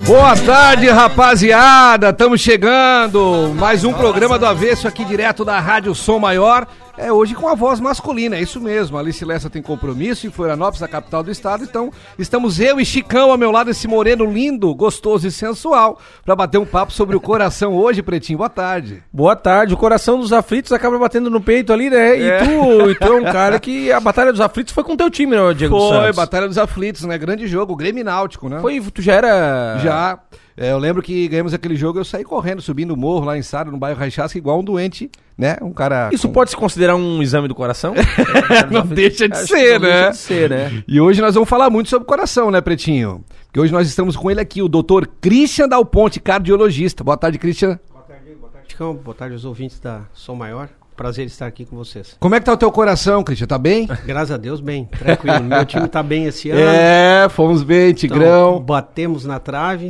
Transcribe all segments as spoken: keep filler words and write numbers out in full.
Boa tarde, rapaziada, estamos chegando, mais um programa do Avesso aqui direto da Rádio Som Maior, é hoje com a voz masculina, é isso mesmo, a Alice Lessa tem compromisso em Florianópolis, a capital do estado, então estamos eu e Chicão ao meu lado, esse moreno lindo, gostoso e sensual, para bater um papo sobre o coração hoje, Pretinho, boa tarde. Boa tarde, o coração dos aflitos acaba batendo no peito ali, né, e, é. tu, e tu é um cara que a Batalha dos Aflitos foi com teu time, né, Diego dos Santos? Foi, Batalha dos Aflitos, né, grande jogo, Grêmio Náutico, né? Foi, tu já era... Já... É, eu lembro que ganhamos aquele jogo, eu saí correndo, subindo o morro lá em Sara, no bairro Rachasca, igual um doente, né? Um cara... Isso com... pode se considerar um exame do coração? Não deixa de ser, né? Deixa de ser, né? E hoje nós vamos falar muito sobre o coração, né, Pretinho? Porque hoje nós estamos com ele aqui, o doutor Christian Dal Ponte, cardiologista. Boa tarde, Christian. Boa tarde, boa tarde, Chicão. Boa tarde aos ouvintes da Som Maior. Prazer estar aqui com vocês. Como é que tá o teu coração, Christian? Tá bem? Graças a Deus, bem. Tranquilo. Meu time tá bem esse ano. É, fomos bem, Tigrão. Então, batemos na trave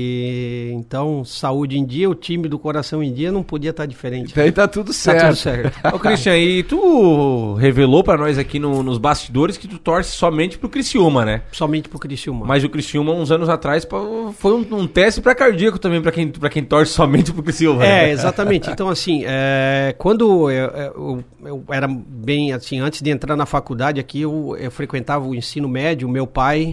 e então saúde em dia, o time do coração em dia não podia estar tá diferente. Então, né? Tá tudo certo. Tá tudo certo. Ô, Christian, e tu revelou pra nós aqui no, nos bastidores que tu torce somente pro Criciúma, né? Somente pro Criciúma. Mas o Criciúma, uns anos atrás, foi um, um teste pra cardíaco também, pra quem, pra quem torce somente pro Criciúma. É, né? exatamente. Então, assim, é, quando... Eu, eu, eu era bem assim, antes de entrar na faculdade aqui, eu, eu frequentava o ensino médio, meu pai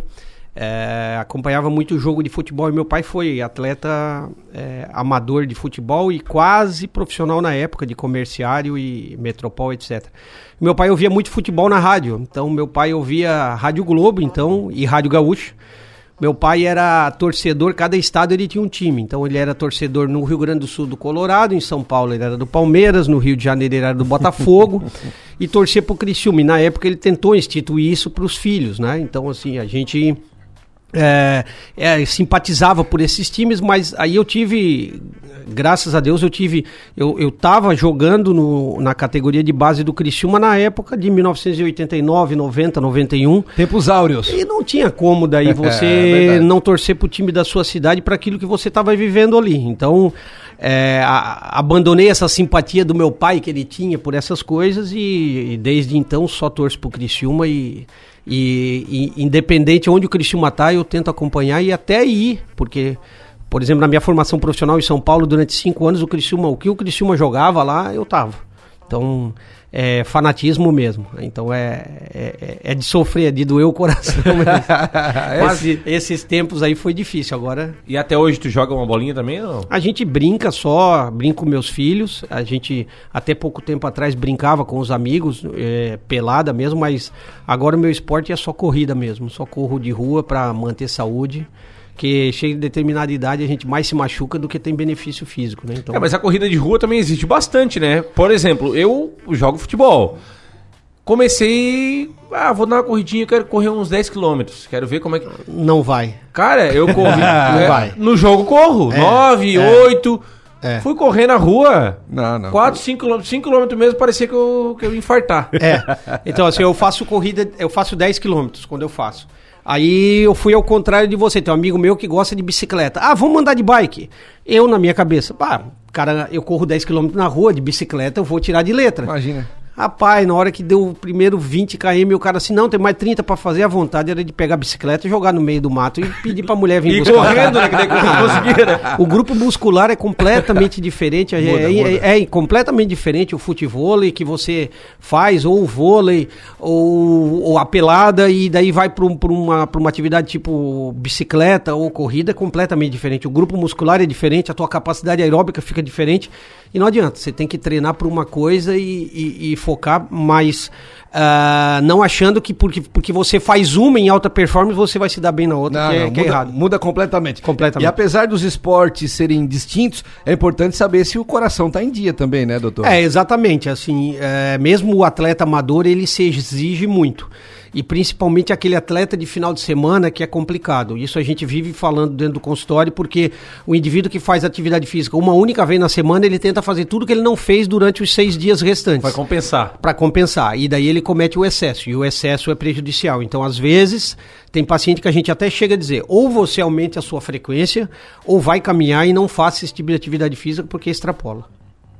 é, acompanhava muito o jogo de futebol, e meu pai foi atleta é, amador de futebol e quase profissional na época, de comerciário e Metropol, etcétera. Meu pai ouvia muito futebol na rádio, então meu pai ouvia Rádio Globo então, e Rádio Gaúcho. Meu pai era torcedor, cada estado ele tinha um time, então ele era torcedor no Rio Grande do Sul do Colorado, em São Paulo ele era do Palmeiras, no Rio de Janeiro ele era do Botafogo, e torcia pro Criciúma, e na época ele tentou instituir isso pros filhos, né, então assim, a gente é, é, simpatizava por esses times, mas aí eu tive, graças a Deus eu tive, eu, eu tava jogando no, na categoria de base do Criciúma na época de mil novecentos e oitenta e nove, noventa, noventa e um. Tempos áureos. E não tinha como daí você é, não torcer pro time da sua cidade para aquilo que você estava vivendo ali. Então, é, a, abandonei essa simpatia do meu pai que ele tinha por essas coisas e, e desde então só torço pro Criciúma e... E, e independente onde o Criciúma tá, eu tento acompanhar e até ir, porque, por exemplo, na minha formação profissional em São Paulo, durante cinco anos, o Criciúma, o que o Criciúma jogava lá, eu tava. Então, é fanatismo mesmo. Então, é, é, é de sofrer, é de doer o coração mesmo. Mas esses tempos aí foi difícil, agora... E até hoje tu joga uma bolinha também, ou não? A gente brinca só, brinco com meus filhos, a gente até pouco tempo atrás brincava com os amigos, é, pelada mesmo, mas agora o meu esporte é só corrida mesmo, só corro de rua para manter saúde. Que chega de determinada idade a gente mais se machuca do que tem benefício físico, né? Então... É, mas a corrida de rua também existe bastante, né? Por exemplo, eu jogo futebol. Comecei... Ah, vou dar uma corridinha, quero correr uns dez quilômetros. Quero ver como é que... Não vai. Cara, eu corri... Não é, vai. No jogo corro. É, nove, é, oito... É. Fui correr na rua, não, não. quatro, cinco quilômetros, cinco quilômetros mesmo, parecia que eu, que eu ia infartar. É, então assim, eu faço corrida, eu faço dez quilômetros quando eu faço. Aí eu fui ao contrário de você, tem um amigo meu que gosta de bicicleta. Ah, vamos andar de bike. Eu, na minha cabeça, pá, cara, eu corro dez quilômetros na rua de bicicleta, eu vou tirar de letra. Imagina. Rapaz, na hora que deu o primeiro vinte quilômetros, o cara assim, não, tem mais trinta pra fazer, a vontade era de pegar a bicicleta, jogar no meio do mato e pedir pra mulher vir e buscar. correndo, né, que daí conseguia, né? O grupo muscular é completamente diferente, muda, é, muda. É, é completamente diferente o futevôlei que você faz, ou o vôlei, ou, ou a pelada, e daí vai pra, um, pra, uma, pra uma atividade tipo bicicleta ou corrida, é completamente diferente. O grupo muscular é diferente, a tua capacidade aeróbica fica diferente, e não adianta, você tem que treinar pra uma coisa e, e, e focar, mas uh, não achando que porque, porque você faz uma em alta performance, você vai se dar bem na outra, não, que, não, é, que muda, é errado. Muda completamente. completamente. E apesar dos esportes serem distintos, é importante saber se o coração tá em dia também, né, doutor? É, exatamente, assim, é, mesmo o atleta amador, ele se exige muito. E principalmente aquele atleta de final de semana que é complicado. Isso a gente vive falando dentro do consultório, porque o indivíduo que faz atividade física uma única vez na semana, ele tenta fazer tudo que ele não fez durante os seis dias restantes. Vai compensar. Para compensar. E daí ele comete o excesso. E o excesso é prejudicial. Então, às vezes, tem paciente que a gente até chega a dizer, ou você aumente a sua frequência, ou vai caminhar e não faça esse tipo de atividade física porque extrapola.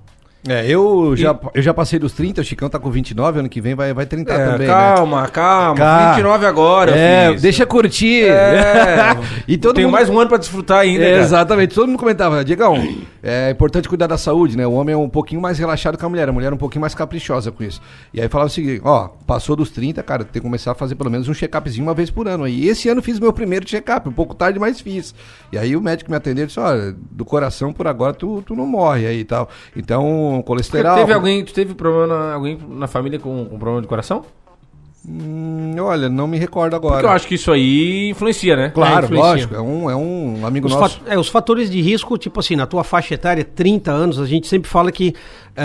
É, eu já, eu já passei dos trinta, o Chicão tá com vinte e nove, ano que vem vai, vai trinta É, também, calma, né? calma, Calma. vinte e nove agora, É, filho. deixa curtir. É, E todo tenho mundo- mais um ano pra desfrutar ainda, É, cara. exatamente, todo mundo comentava, Diegão, é importante cuidar da saúde, né? O homem é um pouquinho mais relaxado que a mulher, a mulher é um pouquinho mais caprichosa com isso. E aí falava o seguinte, ó, passou dos trinta, cara, tem que começar a fazer pelo menos um check-upzinho uma vez por ano. E esse ano fiz meu primeiro check-up, um pouco tarde, mas fiz. E aí o médico me atendeu e disse, olha, do coração por agora tu, tu não morre aí e tal. Então, colesterol... Teve alguém, tu teve problema, na, alguém na família com, com problema de coração? Hum, olha, não me recordo agora. Porque eu acho que isso aí influencia, né? Claro, É, influencia. lógico, é um, é um amigo Os, nosso. fat- é, os fatores de risco, tipo assim, na tua faixa etária, trinta anos, a gente sempre fala que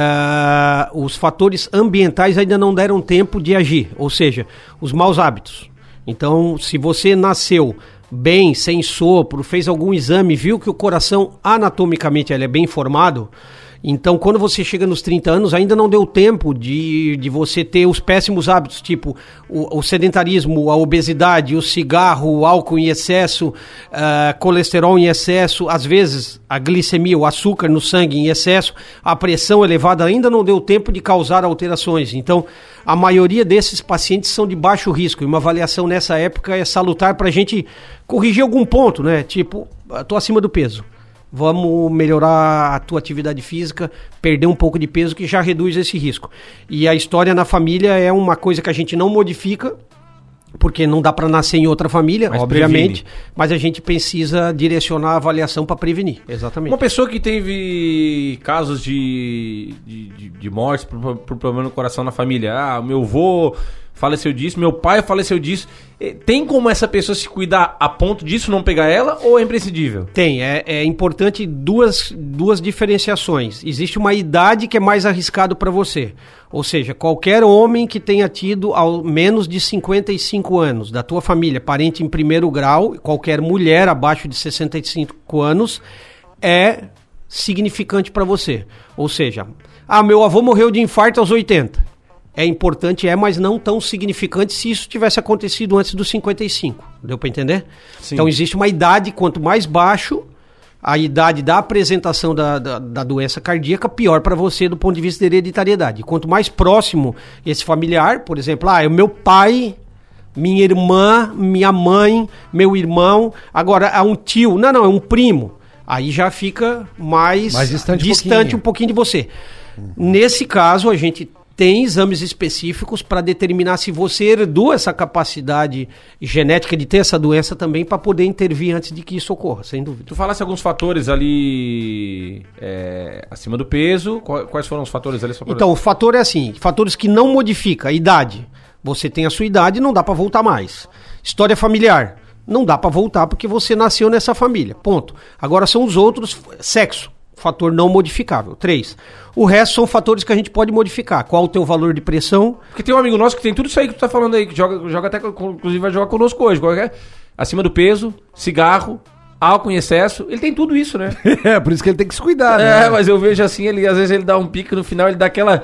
ah, os fatores ambientais ainda não deram tempo de agir, ou seja, os maus hábitos. Então, se você nasceu bem, sem sopro, fez algum exame, viu que o coração anatomicamente ele é bem formado, então quando você chega nos trinta anos, ainda não deu tempo de, de você ter os péssimos hábitos, tipo o, o sedentarismo, a obesidade, o cigarro, o álcool em excesso, ah, colesterol em excesso, às vezes a glicemia, o açúcar no sangue em excesso, a pressão elevada, ainda não deu tempo de causar alterações. Então, a maioria desses pacientes são de baixo risco, e uma avaliação nessa época é salutar para a gente corrigir algum ponto, né? Tipo, estou acima do peso. Vamos melhorar a tua atividade física, perder um pouco de peso que já reduz esse risco. E a história na família é uma coisa que a gente não modifica, porque não dá para nascer em outra família, Mas obviamente, previne. mas a gente precisa direcionar a avaliação para prevenir. Exatamente. Uma pessoa que teve casos de, de, de, de mortes por, por problema no coração na família. Ah, meu avô faleceu disso, meu pai faleceu disso. Eh, Tem como essa pessoa se cuidar a ponto disso não pegar ela ou é imprescindível? Tem, é, é importante duas, duas diferenciações. Existe uma idade que é mais arriscado para você. Ou seja, qualquer homem que tenha tido ao menos de cinquenta e cinco anos da tua família, parente em primeiro grau, qualquer mulher abaixo de sessenta e cinco anos, é significante para você. Ou seja, ah, meu avô morreu de infarto aos oitenta. É importante, é, mas não tão significante se isso tivesse acontecido antes dos cinquenta e cinco. Deu para entender? Sim. Então existe uma idade, quanto mais baixo a idade da apresentação da, da, da doença cardíaca, pior para você do ponto de vista da hereditariedade. Quanto mais próximo esse familiar, por exemplo, ah, é o meu pai, minha irmã, minha mãe, meu irmão, agora é um tio, não, não, é um primo. Aí já fica mais, Mais distante um distante pouquinho. um pouquinho de você. Nesse caso, a gente tem exames específicos para determinar se você herdou essa capacidade genética de ter essa doença também, para poder intervir antes de que isso ocorra, sem dúvida. Tu falasse alguns fatores ali é, acima do peso. Qua- Quais foram os fatores ali? Só pra- Então, o fator é assim, fatores que não modifica a idade. Você tem a sua idade, não dá para voltar mais. História familiar, não dá para voltar porque você nasceu nessa família, ponto. Agora são os outros, sexo, fator não modificável. Três. O resto são fatores que a gente pode modificar. Qual o teu valor de pressão? Porque tem um amigo nosso que tem tudo isso aí que tu tá falando aí, que joga, joga até, com- inclusive vai jogar conosco hoje. Qual que é? Acima do peso, cigarro, álcool em excesso. Ele tem tudo isso, né? É, por isso que ele tem que se cuidar, É, né? mas eu vejo assim, ele às vezes ele dá um pique no final, ele dá aquela.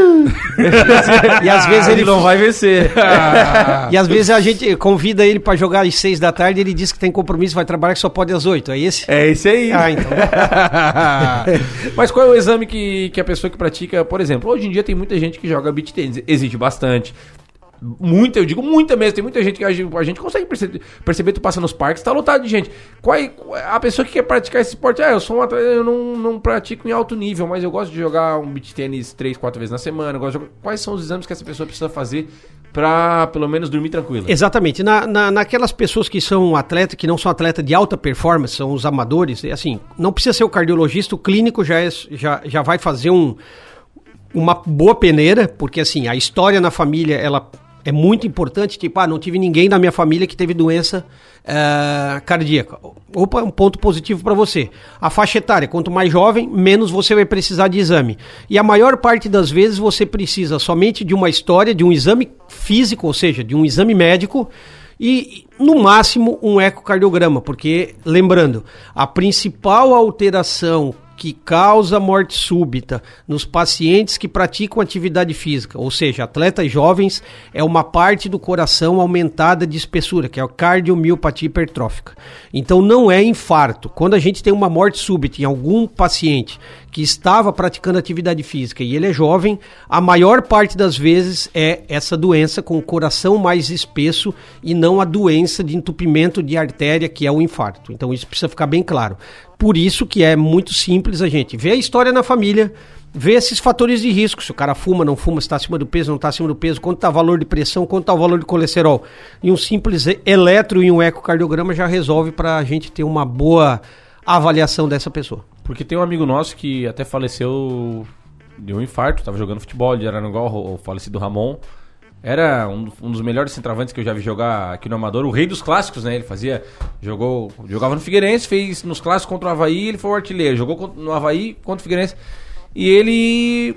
E às vezes ele não vai vencer. E às vezes a gente convida ele para jogar às seis da tarde, ele diz que tem compromisso, vai trabalhar que só pode às oito. É esse? É esse aí. Ah, então. Mas qual é o exame que, que a pessoa que pratica, por exemplo, hoje em dia tem muita gente que joga beach tennis, exige bastante. Muita, eu digo muita mesmo, tem muita gente que a gente, a gente consegue perceber, perceber, tu passa nos parques, tá lotado de gente. Qual é, a pessoa que quer praticar esse esporte, ah, eu sou um atleta, eu não, não pratico em alto nível, mas eu gosto de jogar um beach tênis três, quatro vezes na semana, eu gosto de jogar. Quais são os exames que essa pessoa precisa fazer pra, pelo menos, dormir tranquila? Exatamente. Na, na, naquelas pessoas que são atletas, que não são atletas de alta performance, são os amadores, é assim, não precisa ser o cardiologista, o clínico já, é, já, já vai fazer um, uma boa peneira, porque assim, a história na família, ela é muito importante, tipo, ah, não tive ninguém na minha família que teve doença uh, cardíaca. Opa, um ponto positivo para você. A faixa etária, quanto mais jovem, menos você vai precisar de exame. E a maior parte das vezes você precisa somente de uma história, de um exame físico, ou seja, de um exame médico, e no máximo um ecocardiograma, porque, lembrando, a principal alteração que causa morte súbita nos pacientes que praticam atividade física, ou seja, atletas jovens, é uma parte do coração aumentada de espessura, que é a cardiomiopatia hipertrófica. Então não é infarto. Quando a gente tem uma morte súbita em algum paciente que estava praticando atividade física e ele é jovem, a maior parte das vezes é essa doença com o coração mais espesso e não a doença de entupimento de artéria, que é o infarto. Então isso precisa ficar bem claro. Por isso que é muito simples a gente ver a história na família, ver esses fatores de risco, se o cara fuma, não fuma, se está acima do peso, não está acima do peso, quanto está o valor de pressão, quanto está o valor de colesterol. E um simples eletro e um ecocardiograma já resolve para a gente ter uma boa avaliação dessa pessoa. Porque tem um amigo nosso que até faleceu de um infarto, estava jogando futebol de Araranguá, o falecido Ramon. Era um, um dos melhores centroavantes que eu já vi jogar aqui no Amador, o rei dos clássicos, né? Ele fazia, jogou, jogava no Figueirense, fez nos clássicos contra o Avaí, ele foi o artilheiro, jogou no Avaí contra o Figueirense. E ele...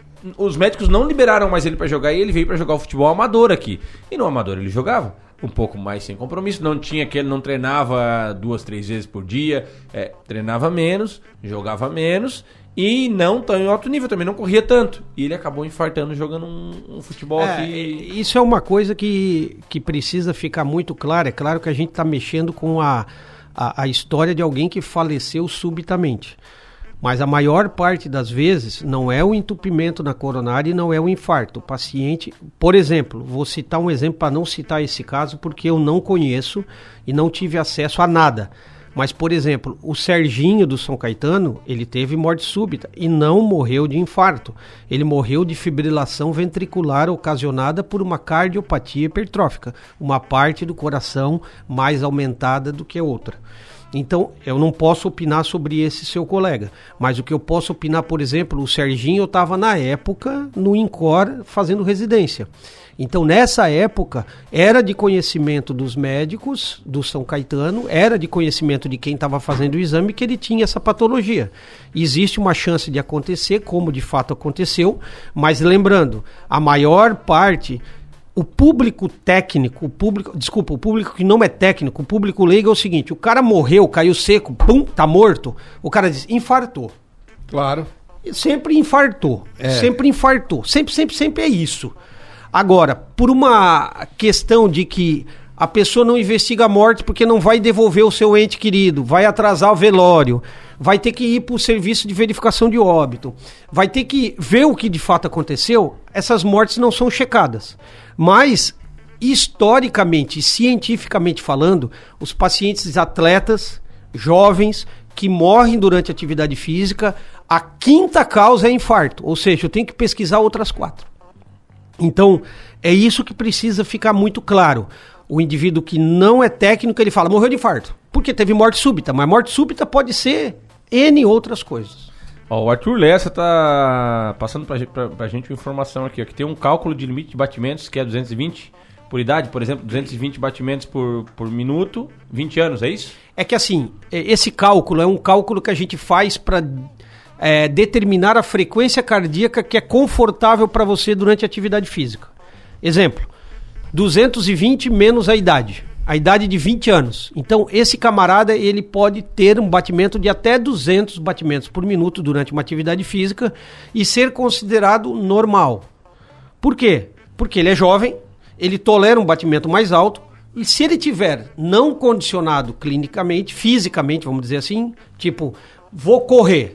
Os médicos não liberaram mais ele pra jogar e ele veio pra jogar o futebol amador aqui. E no amador ele jogava um pouco mais sem compromisso, não tinha que ele não treinava duas, três vezes por dia, é, treinava menos, jogava menos e não tão em alto nível, também não corria tanto. E ele acabou infartando jogando um, um futebol é, aqui. Isso é uma coisa que, que precisa ficar muito clara. É claro que a gente está mexendo com a, a, a história de alguém que faleceu subitamente. Mas a maior parte das vezes não é o entupimento na coronária e não é o infarto. O paciente, por exemplo, vou citar um exemplo para não citar esse caso porque eu não conheço e não tive acesso a nada. Mas, por exemplo, o Serginho do São Caetano, ele teve morte súbita e não morreu de infarto. Ele morreu de fibrilação ventricular ocasionada por uma cardiopatia hipertrófica, uma parte do coração mais aumentada do que a outra. Então, eu não posso opinar sobre esse seu colega, mas o que eu posso opinar, por exemplo, o Serginho, eu estava na época no INCOR fazendo residência. Então, nessa época, era de conhecimento dos médicos do São Caetano, era de conhecimento de quem estava fazendo o exame que ele tinha essa patologia. Existe uma chance de acontecer, como de fato aconteceu, mas lembrando, a maior parte... O público técnico, o público, desculpa, o público que não é técnico, o público leigo é o seguinte, o cara morreu, caiu seco, pum, tá morto, o cara diz, infartou. Claro. Sempre infartou, É. sempre infartou, sempre, sempre, sempre é isso. Agora, por uma questão de que a pessoa não investiga a morte porque não vai devolver o seu ente querido, vai atrasar o velório, vai ter que ir para o serviço de verificação de óbito, vai ter que ver o que de fato aconteceu, essas mortes não são checadas. Mas, historicamente e cientificamente falando, os pacientes atletas, jovens, que morrem durante a atividade física, a quinta causa é infarto. Ou seja, eu tenho que pesquisar outras quatro. Então, é isso que precisa ficar muito claro. O indivíduo que não é técnico, ele fala, morreu de infarto. Porque teve morte súbita, mas morte súbita pode ser N outras coisas. Ó, o Arthur Lessa tá passando pra, pra, pra gente uma informação aqui, ó, que tem um cálculo de limite de batimentos que é duzentos e vinte por idade, por exemplo, duzentos e vinte batimentos por, por minuto, vinte anos, é isso? É que assim, esse cálculo é um cálculo que a gente faz para é, determinar a frequência cardíaca que é confortável para você durante a atividade física. Exemplo, duzentos e vinte menos a idade. A idade de vinte anos. Então, esse camarada, ele pode ter um batimento de até duzentos batimentos por minuto durante uma atividade física e ser considerado normal. Por quê? Porque ele é jovem, ele tolera um batimento mais alto e se ele tiver não condicionado clinicamente, fisicamente, vamos dizer assim, tipo, vou correr.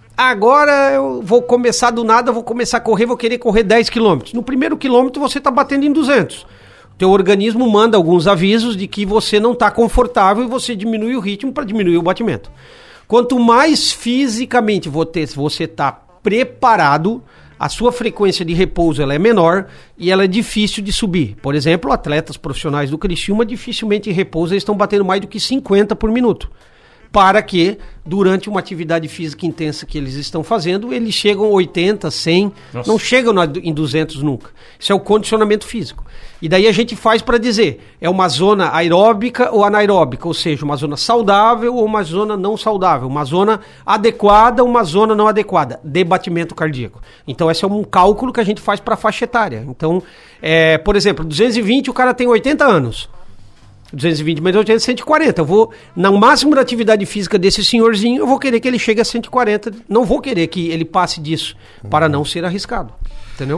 Agora eu vou começar do nada, vou começar a correr, vou querer correr dez quilômetros. No primeiro quilômetro você está batendo em duzentos. Teu organismo manda alguns avisos de que você não está confortável e você diminui o ritmo para diminuir o batimento. Quanto mais fisicamente você está preparado, a sua frequência de repouso ela é menor e ela é difícil de subir. Por exemplo, atletas profissionais do Criciúma dificilmente em repouso eles estão batendo mais do que cinquenta por minuto. Para que, durante uma atividade física intensa que eles estão fazendo, eles chegam a oitenta, cem, Nossa. Não chegam em duzentos nunca. Isso é o condicionamento físico. E daí a gente faz para dizer, é uma zona aeróbica ou anaeróbica, ou seja, uma zona saudável ou uma zona não saudável, uma zona adequada ou uma zona não adequada, de batimento cardíaco. Então esse é um cálculo que a gente faz para a faixa etária. Então, é, por exemplo, duzentos e vinte o cara tem oitenta anos. duzentos e vinte menos oitenta, cento e quarenta. Eu vou, no máximo da atividade física desse senhorzinho, eu vou querer que ele chegue a cento e quarenta. Não vou querer que ele passe disso, para não ser arriscado. Entendeu?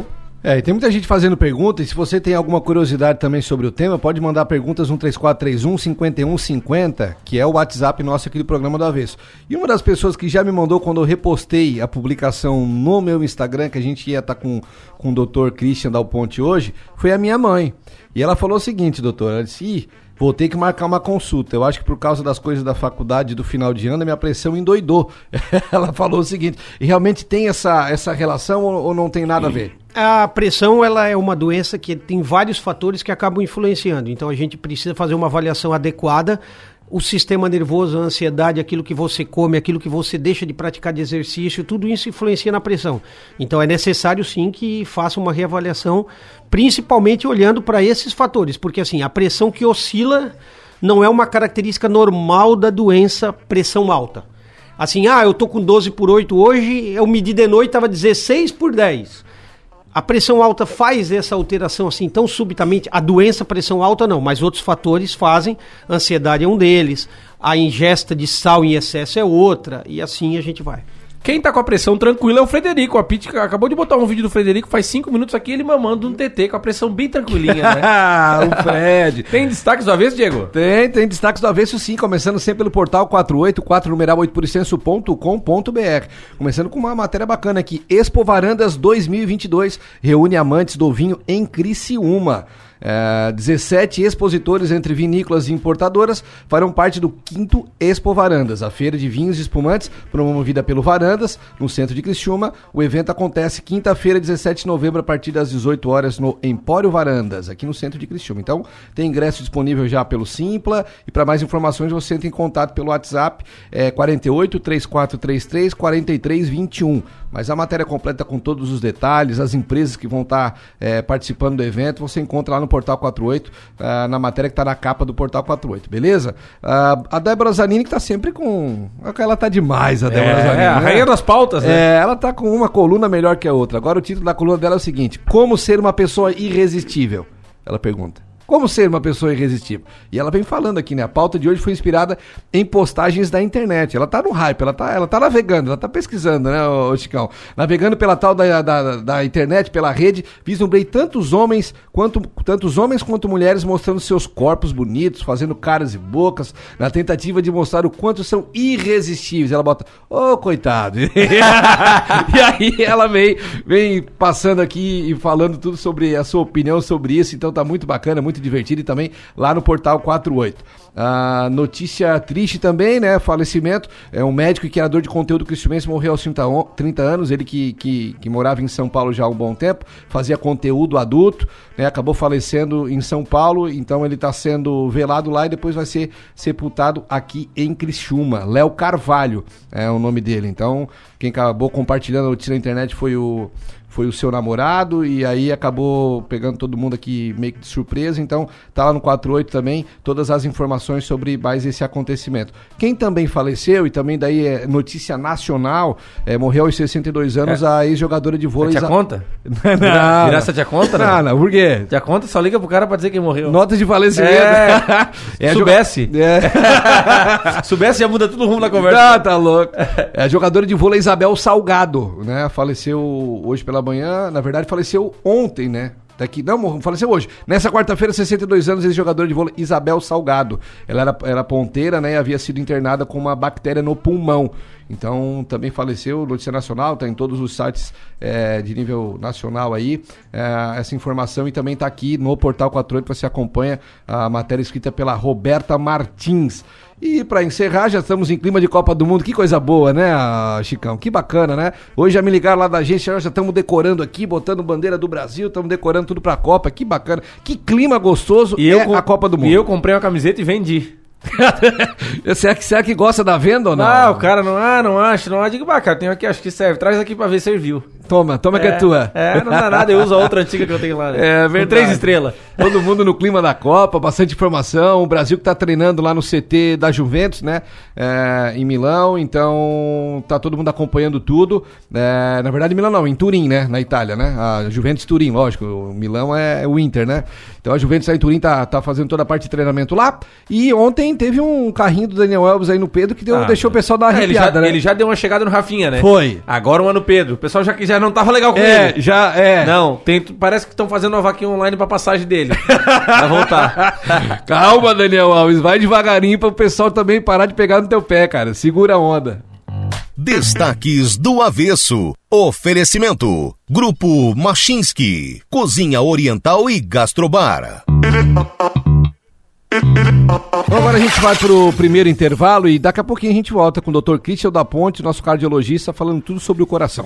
É, e tem muita gente fazendo perguntas, e se você tem alguma curiosidade também sobre o tema, pode mandar perguntas no três quatro três um, cinco um cinco zero, que é o WhatsApp nosso aqui do programa do Avesso. E uma das pessoas que já me mandou quando eu repostei a publicação no meu Instagram, que a gente ia estar com, com o doutor Christian Dal Ponte hoje, foi a minha mãe. E ela falou o seguinte, doutor, ela disse, Ih, vou ter que marcar uma consulta. Eu acho que por causa das coisas da faculdade do final de ano, a minha pressão endoidou. Ela falou o seguinte, e realmente tem essa, essa relação ou, ou não tem nada a ver? A pressão, ela é uma doença que tem vários fatores que acabam influenciando. Então a gente precisa fazer uma avaliação adequada. O sistema nervoso, a ansiedade, aquilo que você come, aquilo que você deixa de praticar de exercício, tudo isso influencia na pressão. Então é necessário sim que faça uma reavaliação, principalmente olhando para esses fatores, porque assim, a pressão que oscila não é uma característica normal da doença pressão alta. Assim, ah, eu tô com doze por oito hoje, eu medi de noite, estava dezesseis por dez. A pressão alta faz essa alteração assim tão subitamente? A doença pressão alta não, mas outros fatores fazem. A ansiedade é um deles, a ingesta de sal em excesso é outra, e assim a gente vai. Quem tá com a pressão tranquila é o Frederico. A Pete acabou de botar um vídeo do Frederico, faz cinco minutos aqui, ele mamando um T T com a pressão bem tranquilinha, né? O Fred. Tem destaques do Avesso, Diego? Tem, tem destaques do Avesso sim, começando sempre pelo portal quatro oito quatro numeral oito por cento ponto com ponto b r. Começando com uma matéria bacana aqui, Expo Varandas dois mil e vinte e dois reúne amantes do vinho em Criciúma. É, dezessete expositores entre vinícolas e importadoras farão parte do quinto Expo Varandas, a feira de vinhos e espumantes promovida pelo Varandas, no centro de Criciúma. O evento acontece quinta-feira, dezessete de novembro, a partir das dezoito horas no Empório Varandas, aqui no centro de Criciúma. Então, tem ingresso disponível já pelo Simpla, e para mais informações você entra em contato pelo WhatsApp é, quarenta e oito, três quatro três três, quarenta e três vinte e um. Mas a matéria completa com todos os detalhes, as empresas que vão estar é, participando do evento, você encontra lá no Portal quarenta e oito, uh, na matéria que está na capa do Portal quarenta e oito, beleza? Uh, a Débora Zanini que está sempre com... Ela tá demais, a Débora é, Zanini. É, a né? rainha das pautas, né? É, ela tá com uma coluna melhor que a outra. Agora o título da coluna dela é o seguinte, como ser uma pessoa irresistível? Ela pergunta. Como ser uma pessoa irresistível? E ela vem falando aqui, né? A pauta de hoje foi inspirada em postagens da internet. Ela tá no hype, ela tá, ela tá navegando, ela tá pesquisando, né, ô Chicão? Navegando pela tal da, da, da internet, pela rede, vislumbrei tantos homens, quanto, tantos homens quanto mulheres mostrando seus corpos bonitos, fazendo caras e bocas, na tentativa de mostrar o quanto são irresistíveis. Ela bota, ô, oh, coitado. E aí ela vem, vem passando aqui e falando tudo sobre a sua opinião sobre isso. Então tá muito bacana, muito divertido, e também lá no Portal quarenta e oito. A notícia triste também, né? Falecimento. É um médico e criador de conteúdo criciumense, morreu aos trinta anos. Ele que, que, que morava em São Paulo já há um bom tempo, fazia conteúdo adulto, né? Acabou falecendo em São Paulo, então ele está sendo velado lá e depois vai ser sepultado aqui em Criciúma. Léo Carvalho é o nome dele. Então, quem acabou compartilhando a notícia na internet foi o foi o seu namorado, e aí acabou pegando todo mundo aqui meio que de surpresa. Então tá lá no quarenta e oito também todas as informações sobre mais esse acontecimento. Quem também faleceu, e também daí é notícia nacional, é, morreu aos sessenta e dois anos é. a ex-jogadora de vôlei... Tia conta? Não, não. Viraça tia conta, né? Não, não, por quê? Tia conta só liga pro cara pra dizer quem morreu. Nota de falecimento. É. é Soubesse. É. Soubesse já muda tudo o rumo da conversa. Ah, tá louco. É a jogadora de vôlei Isabel Salgado, né? Faleceu hoje pela manhã, na verdade faleceu ontem, né? Daqui, não, faleceu hoje. Nessa quarta-feira, sessenta e dois anos, ex-jogadora de vôlei Isabel Salgado. Ela era, era ponteira, né? E havia sido internada com uma bactéria no pulmão. Então, também faleceu, notícia nacional, tá em todos os sites é, de nível nacional aí, é, essa informação, e também tá aqui no Portal quarenta e oito, você acompanha a matéria escrita pela Roberta Martins. E para encerrar, já estamos em clima de Copa do Mundo, que coisa boa, né, Chicão? Que bacana, né? Hoje já me ligaram lá da agência, já estamos decorando aqui, botando bandeira do Brasil, estamos decorando tudo pra Copa, que bacana. Que clima gostoso e é eu, a Copa do Mundo. E eu comprei uma camiseta e vendi. será, que, será que gosta da venda ou não? Ah, o cara não, ah, não acho, não acho. Digo, bah, cara, tenho aqui, acho que serve. Traz aqui pra ver se serviu. Toma, toma é, que é tua. É, não dá nada, eu uso a outra antiga que eu tenho lá. Né? É verdade. Com três estrelas. Todo mundo no clima da Copa, bastante informação. O Brasil que tá treinando lá no C T da Juventus, né? É, em Milão, então tá todo mundo acompanhando tudo. É, na verdade, Milão não, em Turim, né? Na Itália, né? A Juventus Turim, lógico. O Milão é o Inter, né? Então a Juventus aí em Turim tá, tá fazendo toda a parte de treinamento lá. E ontem teve um carrinho do Daniel Alves aí no Pedro que deu, ah, deixou o pessoal dar uma arrepiada, é, ele já, né? Ele já deu uma chegada no Rafinha, né? Foi. Agora uma no Pedro. O pessoal já, já já não tava legal com É, ele. já é. Não, tem, parece que estão fazendo uma vaquinha online pra passagem dele. Vai voltar. Calma, Daniel Alves, vai devagarinho para o pessoal também parar de pegar no teu pé, cara. Segura a onda. Destaques do Avesso. Oferecimento. Grupo Machinski. Cozinha Oriental e Gastrobar. Então agora a gente vai pro primeiro intervalo e daqui a pouquinho a gente volta com o doutor Christian da Ponte, nosso cardiologista, falando tudo sobre o coração.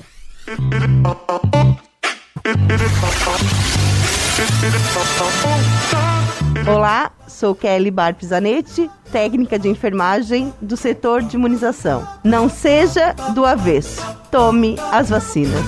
Olá, sou Kelly Bar Pisanetti, técnica de enfermagem do setor de imunização. Não seja do avesso. Tome as vacinas.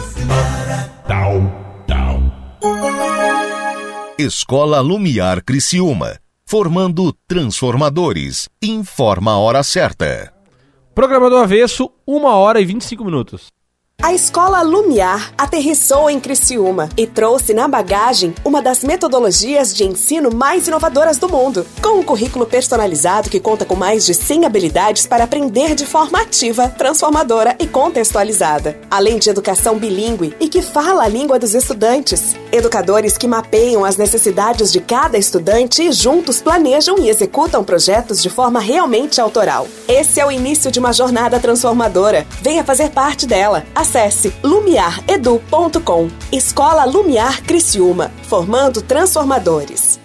Escola Lumiar Criciúma. Formando transformadores. Informa a hora certa. Programa do Avesso, uma hora e vinte e cinco minutos. A Escola Lumiar aterrissou em Criciúma e trouxe na bagagem uma das metodologias de ensino mais inovadoras do mundo, com um currículo personalizado que conta com mais de cem habilidades para aprender de forma ativa, transformadora e contextualizada, além de educação bilíngue e que fala a língua dos estudantes. Educadores que mapeiam as necessidades de cada estudante e juntos planejam e executam projetos de forma realmente autoral. Esse é o início de uma jornada transformadora. Venha fazer parte dela. Acesse lumiar edu ponto com. Escola Lumiar Criciúma, formando transformadores.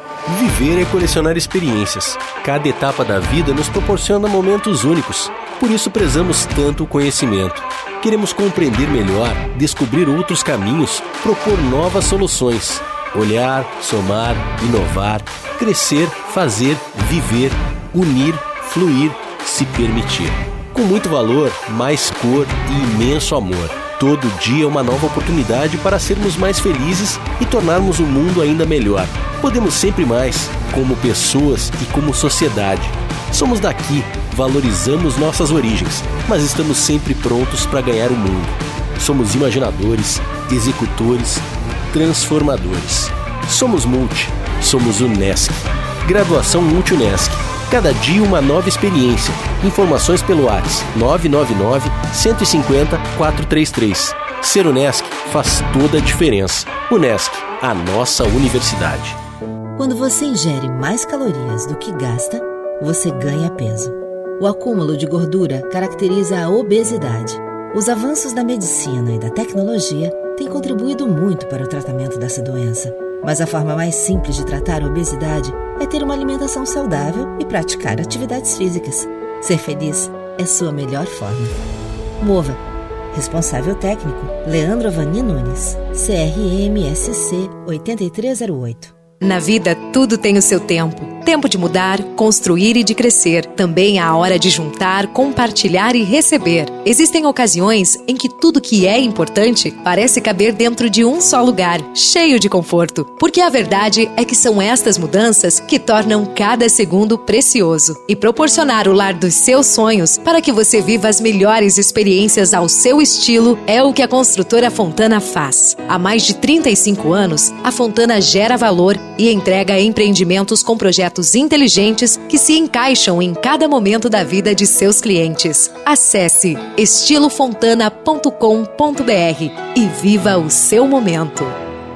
Viver é colecionar experiências. Cada etapa da vida nos proporciona momentos únicos. Por isso prezamos tanto o conhecimento. Queremos compreender melhor, descobrir outros caminhos, propor novas soluções. Olhar, somar, inovar, crescer, fazer, viver, unir, fluir, se permitir. Com muito valor, mais cor e imenso amor. Todo dia é uma nova oportunidade para sermos mais felizes e tornarmos o mundo ainda melhor. Podemos sempre mais, como pessoas e como sociedade. Somos daqui, valorizamos nossas origens, mas estamos sempre prontos para ganhar o mundo. Somos imaginadores, executores, transformadores. Somos Multi, somos Unesc. Graduação Multi-Unesc. Cada dia uma nova experiência. Informações pelo WhatsApp nove nove nove, um cinco zero, quatro três três. Ser Unesc faz toda a diferença. Unesc, a nossa universidade. Quando você ingere mais calorias do que gasta, você ganha peso. O acúmulo de gordura caracteriza a obesidade. Os avanços da medicina e da tecnologia têm contribuído muito para o tratamento dessa doença. Mas a forma mais simples de tratar a obesidade é ter uma alimentação saudável e praticar atividades físicas. Ser feliz é sua melhor forma. Mova. Responsável técnico, Leandro Avani Nunes. C R M S C oito três zero oito. Na vida, tudo tem o seu tempo. Tempo de mudar, construir e de crescer. Também há a hora de juntar, compartilhar e receber. Existem ocasiões em que tudo que é importante parece caber dentro de um só lugar, cheio de conforto. Porque a verdade é que são estas mudanças que tornam cada segundo precioso. E proporcionar o lar dos seus sonhos para que você viva as melhores experiências ao seu estilo é o que a construtora Fontana faz. Há mais de trinta e cinco anos, a Fontana gera valor e entrega empreendimentos com projetos inteligentes que se encaixam em cada momento da vida de seus clientes. Acesse estilo fontana ponto com ponto b r e viva o seu momento.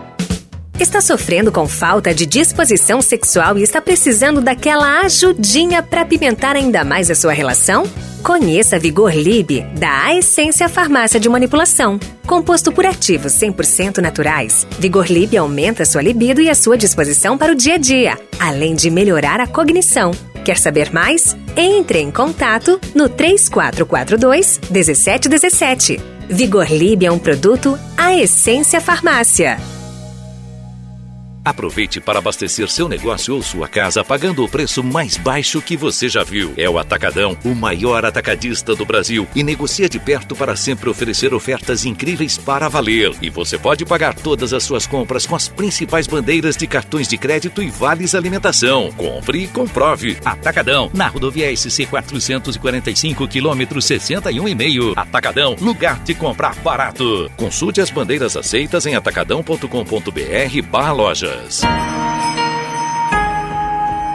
Está sofrendo com falta de disposição sexual e está precisando daquela ajudinha para apimentar ainda mais a sua relação? Conheça Vigor Lib, da A Essência Farmácia de Manipulação. Composto por ativos cem por cento naturais, Vigor Lib aumenta sua libido e a sua disposição para o dia a dia, além de melhorar a cognição. Quer saber mais? Entre em contato no três quatro quatro dois, um sete um sete. Vigor Lib é um produto A Essência Farmácia. Aproveite para abastecer seu negócio ou sua casa pagando o preço mais baixo que você já viu. É o Atacadão, o maior atacadista do Brasil, e negocia de perto para sempre oferecer ofertas incríveis para valer. E você pode pagar todas as suas compras com as principais bandeiras de cartões de crédito e vales alimentação. Compre e comprove. Atacadão, na rodovia S C quatrocentos e quarenta e cinco, quilômetro sessenta e um e meio. Atacadão, lugar de comprar barato. Consulte as bandeiras aceitas em atacadão ponto com ponto b r barra lojas.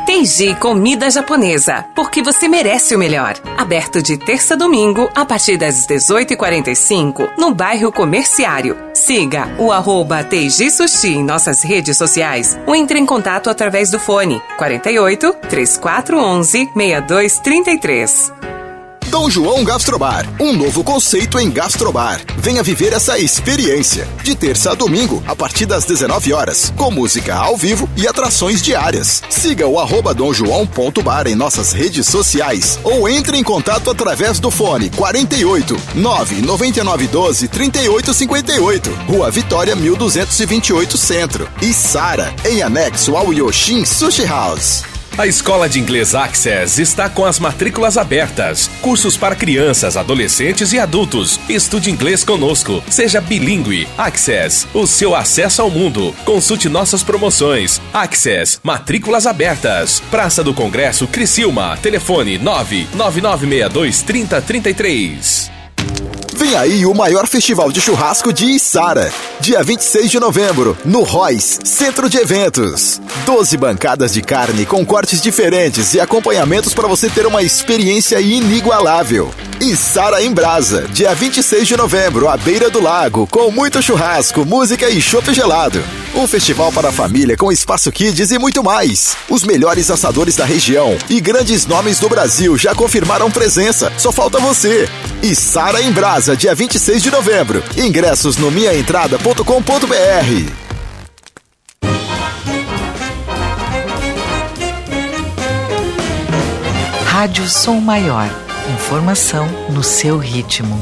Teiji Comida Japonesa, porque você merece o melhor. Aberto de terça a domingo, a partir das dezoito e quarenta e cinco, no bairro Comerciário. Siga o arroba Teiji Sushi em nossas redes sociais ou entre em contato através do fone quarenta e oito, trinta e quatro, onze, sessenta e dois, trinta e três. Dom João Gastrobar, um novo conceito em Gastrobar. Venha viver essa experiência. De terça a domingo, a partir das dezenove horas, com música ao vivo e atrações diárias. Siga o arroba domjoão.bar em nossas redes sociais ou entre em contato através do fone quarenta e oito, nove nove nove um dois, trinta e oito cinquenta e oito, Rua Vitória mil duzentos e vinte e oito Centro. E Sara, em anexo ao Yoshin Sushi House. A Escola de Inglês Access está com as matrículas abertas. Cursos para crianças, adolescentes e adultos. Estude inglês conosco. Seja bilíngue. Access, o seu acesso ao mundo. Consulte nossas promoções. Access, matrículas abertas. Praça do Congresso, Criciúma. Telefone nove nove nove seis dois, três zero três três. Vem aí o maior festival de churrasco de Içara. Dia vinte e seis de novembro, no Royce, Centro de Eventos. doze bancadas de carne com cortes diferentes e acompanhamentos para você ter uma experiência inigualável. Içara em Brasa, dia vinte e seis de novembro, à beira do lago, com muito churrasco, música e chopp gelado. Um festival para a família com espaço kids e muito mais. Os melhores assadores da região e grandes nomes do Brasil já confirmaram presença. Só falta você. Içara em Brasa, dia vinte e seis de novembro. Ingressos no minha entrada ponto com ponto b r. Rádio Som Maior. Informação no seu ritmo.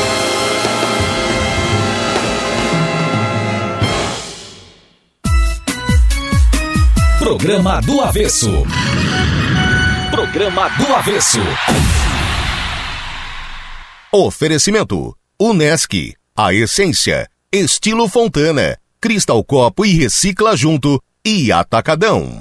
Programa do Avesso. Programa do Avesso. Oferecimento: Unesc, a essência, estilo Fontana, Cristal Copo e Recicla Junto e Atacadão.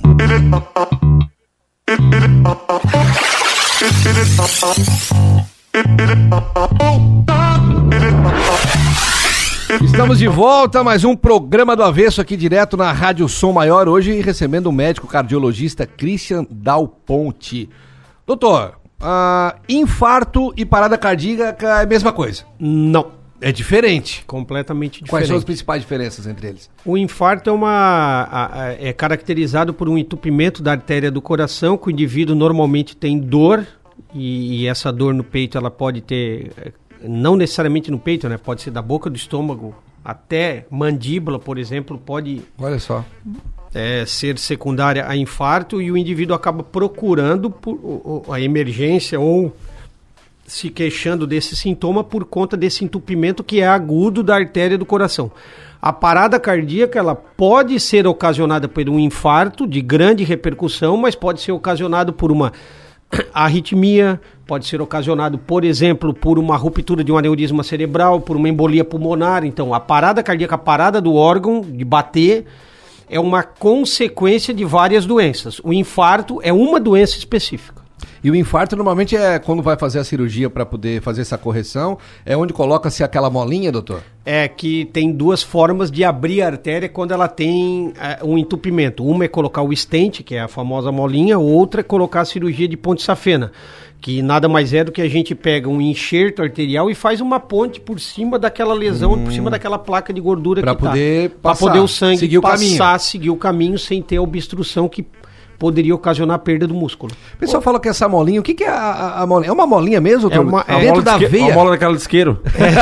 Estamos de volta, mais um programa do Avesso aqui direto na Rádio Som Maior, hoje recebendo o médico cardiologista Christian Dal Ponte. Doutor, uh, infarto e parada cardíaca é a mesma coisa? Não. É diferente? Completamente diferente. Quais são as principais diferenças entre eles? O infarto é, uma, a, a, é caracterizado por um entupimento da artéria do coração, que o indivíduo normalmente tem dor, e, e essa dor no peito ela pode ter, não necessariamente no peito, né? Pode ser da boca do estômago até mandíbula, por exemplo, pode... Olha só. É, ser secundária a infarto, e o indivíduo acaba procurando por, a emergência ou se queixando desse sintoma por conta desse entupimento que é agudo da artéria do coração. A parada cardíaca ela pode ser ocasionada por um infarto de grande repercussão, mas pode ser ocasionado por uma arritmia, pode ser ocasionado, por exemplo, por uma ruptura de um aneurisma cerebral, por uma embolia pulmonar. Então, a parada cardíaca, a parada do órgão de bater, é uma consequência de várias doenças. O infarto é uma doença específica. E o infarto normalmente é quando vai fazer a cirurgia para poder fazer essa correção, é onde coloca-se aquela molinha, doutor? É que tem duas formas de abrir a artéria quando ela tem uh, um entupimento. Uma é colocar o stent, que é a famosa molinha, outra é colocar a cirurgia de ponte safena, que nada mais é do que a gente pega um enxerto arterial e faz uma ponte por cima daquela lesão, hum. por cima daquela placa de gordura pra que poder tá. Para poder o sangue seguir passar, o caminho. seguir o caminho sem ter a obstrução que poderia ocasionar a perda do músculo. O pessoal fala que essa molinha, o que, que é a, a, a molinha? É uma molinha mesmo? É uma, é dentro da de veia? É uma mola daquela de isqueiro.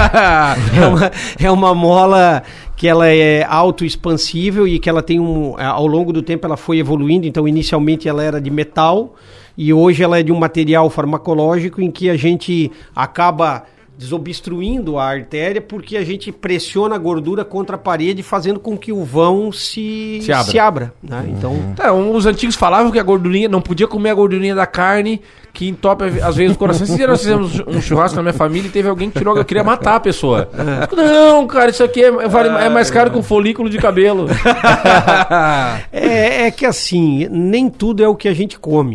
É, é, uma, é uma mola que ela é autoexpansível e que ela tem um... Ao longo do tempo ela foi evoluindo, então inicialmente ela era de metal e hoje ela é de um material farmacológico em que a gente acaba desobstruindo a artéria porque a gente pressiona a gordura contra a parede, fazendo com que o vão se, se abra. Se abra né? Então, então, os antigos falavam que a gordurinha, não podia comer a gordurinha da carne, que entope às vezes o coração. Se nós fizemos um churrasco na minha família e teve alguém que tirou, eu queria matar a pessoa. Não, cara, isso aqui é, vale, é mais caro que um folículo de cabelo. é, é que assim, nem tudo é o que a gente come.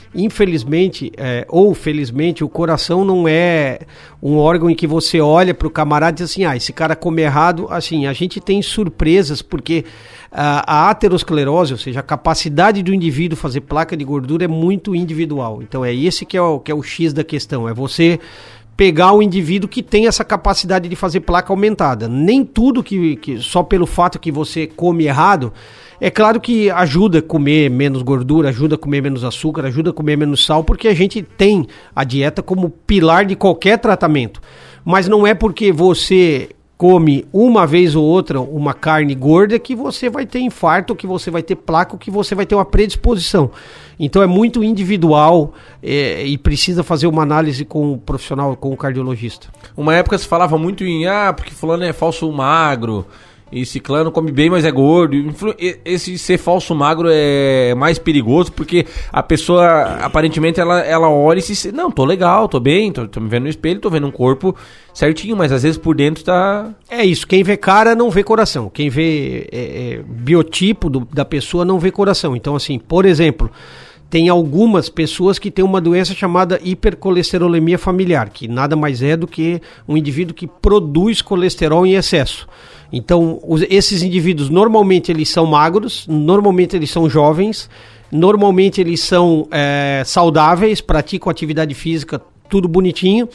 infelizmente, é, ou felizmente, o coração não é um órgão em que você olha para o camarada e diz assim, ah, esse cara come errado. Assim, a gente tem surpresas porque a, a aterosclerose, ou seja, a capacidade do indivíduo fazer placa de gordura é muito individual. Então é esse que é o, que é o X da questão, é você pegar o indivíduo que tem essa capacidade de fazer placa aumentada. Nem tudo que, que só pelo fato que você come errado. É claro que ajuda a comer menos gordura, ajuda a comer menos açúcar, ajuda a comer menos sal, porque a gente tem a dieta como pilar de qualquer tratamento. Mas não é porque você come uma vez ou outra uma carne gorda que você vai ter infarto, que você vai ter placa, que você vai ter uma predisposição. Então é muito individual é, e precisa fazer uma análise com o profissional, com o cardiologista. Uma época se falava muito em, ah, porque fulano é falso magro, e ciclano come bem, mas é gordo. Esse ser falso magro é mais perigoso, porque a pessoa, aparentemente, ela, ela olha e se... Não, tô legal, tô bem, tô, tô me vendo no espelho, tô vendo um corpo certinho, mas às vezes por dentro tá... É isso, quem vê cara não vê coração. Quem vê é, é, biotipo do, da pessoa não vê coração. Então, assim, por exemplo... Tem algumas pessoas que têm uma doença chamada hipercolesterolemia familiar, que nada mais é do que um indivíduo que produz colesterol em excesso. Então, os, esses indivíduos, normalmente eles são magros, normalmente eles são jovens, normalmente eles são é, saudáveis, praticam atividade física, tudo bonitinho,